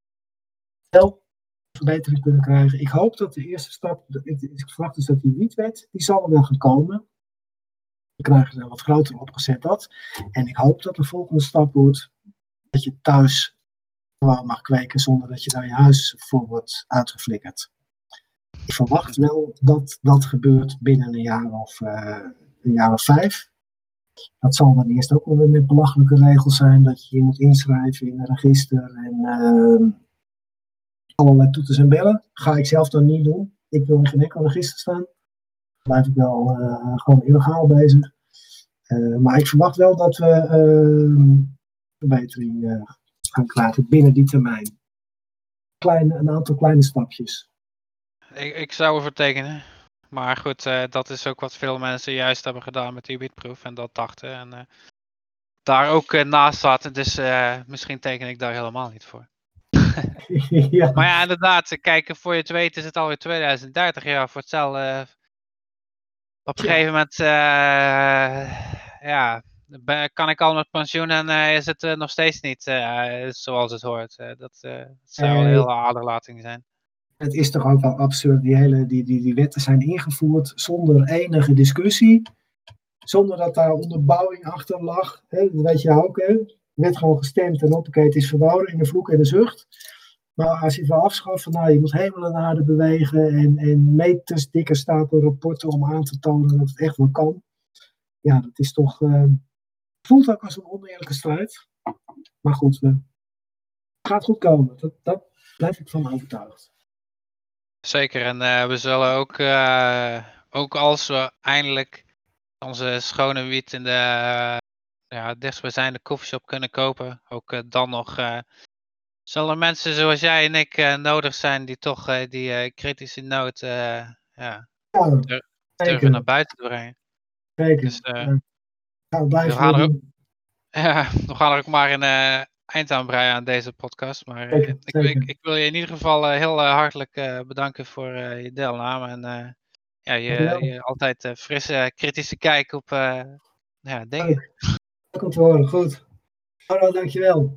B: wel verbetering kunnen krijgen. Ik hoop dat de eerste stap, ik verwacht dus dat die wietwet, die zal er wel gaan komen. We krijgen er wat groter opgezet dat. En ik hoop dat de volgende stap wordt dat je thuis gewoon mag kweken zonder dat je daar je huis voor wordt uitgeflikkerd. Ik verwacht wel dat dat gebeurt binnen een jaar of, uh, een jaar of vijf. Dat zal dan eerst ook wel weer met belachelijke regels zijn dat je je moet inschrijven in een register en uh, allerlei toeters en bellen. Ga ik zelf dan niet doen. Ik wil in geen enkel register staan. Dan blijf ik wel uh, gewoon illegaal bezig. Uh, maar ik verwacht wel dat we uh, verbetering uh, gaan krijgen binnen die termijn. Kleine, een aantal kleine stapjes.
A: Ik, ik zou ervoor tekenen. Maar goed, uh, dat is ook wat veel mensen juist hebben gedaan met die wietproef en dat dachten. En uh, daar ook uh, naast zaten. Dus uh, misschien teken ik daar helemaal niet voor. ja. Maar ja, inderdaad, kijk, voor je het weet is het alweer tweeduizend dertig jaar voor hetzelfde. Uh, op een ja. gegeven moment, uh, ja, kan ik al met pensioen en uh, is het uh, nog steeds niet uh, zoals het hoort. Uh, dat, uh, dat zou wel een heel aderlating zijn.
B: Het is toch ook wel absurd, die, hele, die, die, die wetten zijn ingevoerd zonder enige discussie. Zonder dat daar onderbouwing achter lag. Hè? Dat weet je ook, hè? Er werd gewoon gestemd en hoppakee, het is verboden in de vloek en de zucht. Maar als je het wil afschaffen, nou, je moet hemel en aarde bewegen en, en meters dikke stapel rapporten om aan te tonen dat het echt wel kan. Ja, dat is toch, uh, voelt ook als een oneerlijke strijd. Maar goed, uh, het gaat goed komen. Dat, dat blijf ik van overtuigd.
A: Zeker, en uh, we zullen ook, uh, ook als we eindelijk onze schone wiet in de uh, ja, dichtstbijzijnde koffieshop kunnen kopen, ook uh, dan nog uh, zullen mensen zoals jij en ik uh, nodig zijn die toch uh, die uh, kritische noot uh, ja,
B: ja,
A: dur- durven naar buiten te brengen.
B: Zeker.
A: Dus, uh,
B: ja. Nou, blijf
A: we, gaan er ook, ja, we gaan er ook maar een uh, eind aan breien aan deze podcast. Maar uh,
B: zeker,
A: ik,
B: zeker.
A: ik, ik wil je in ieder geval uh, heel uh, hartelijk uh, bedanken voor uh, je deelname en uh, ja, je, je altijd uh, frisse, kritische kijk op uh, ja, dingen.
B: Dat komt te horen, goed. Hallo, dankjewel.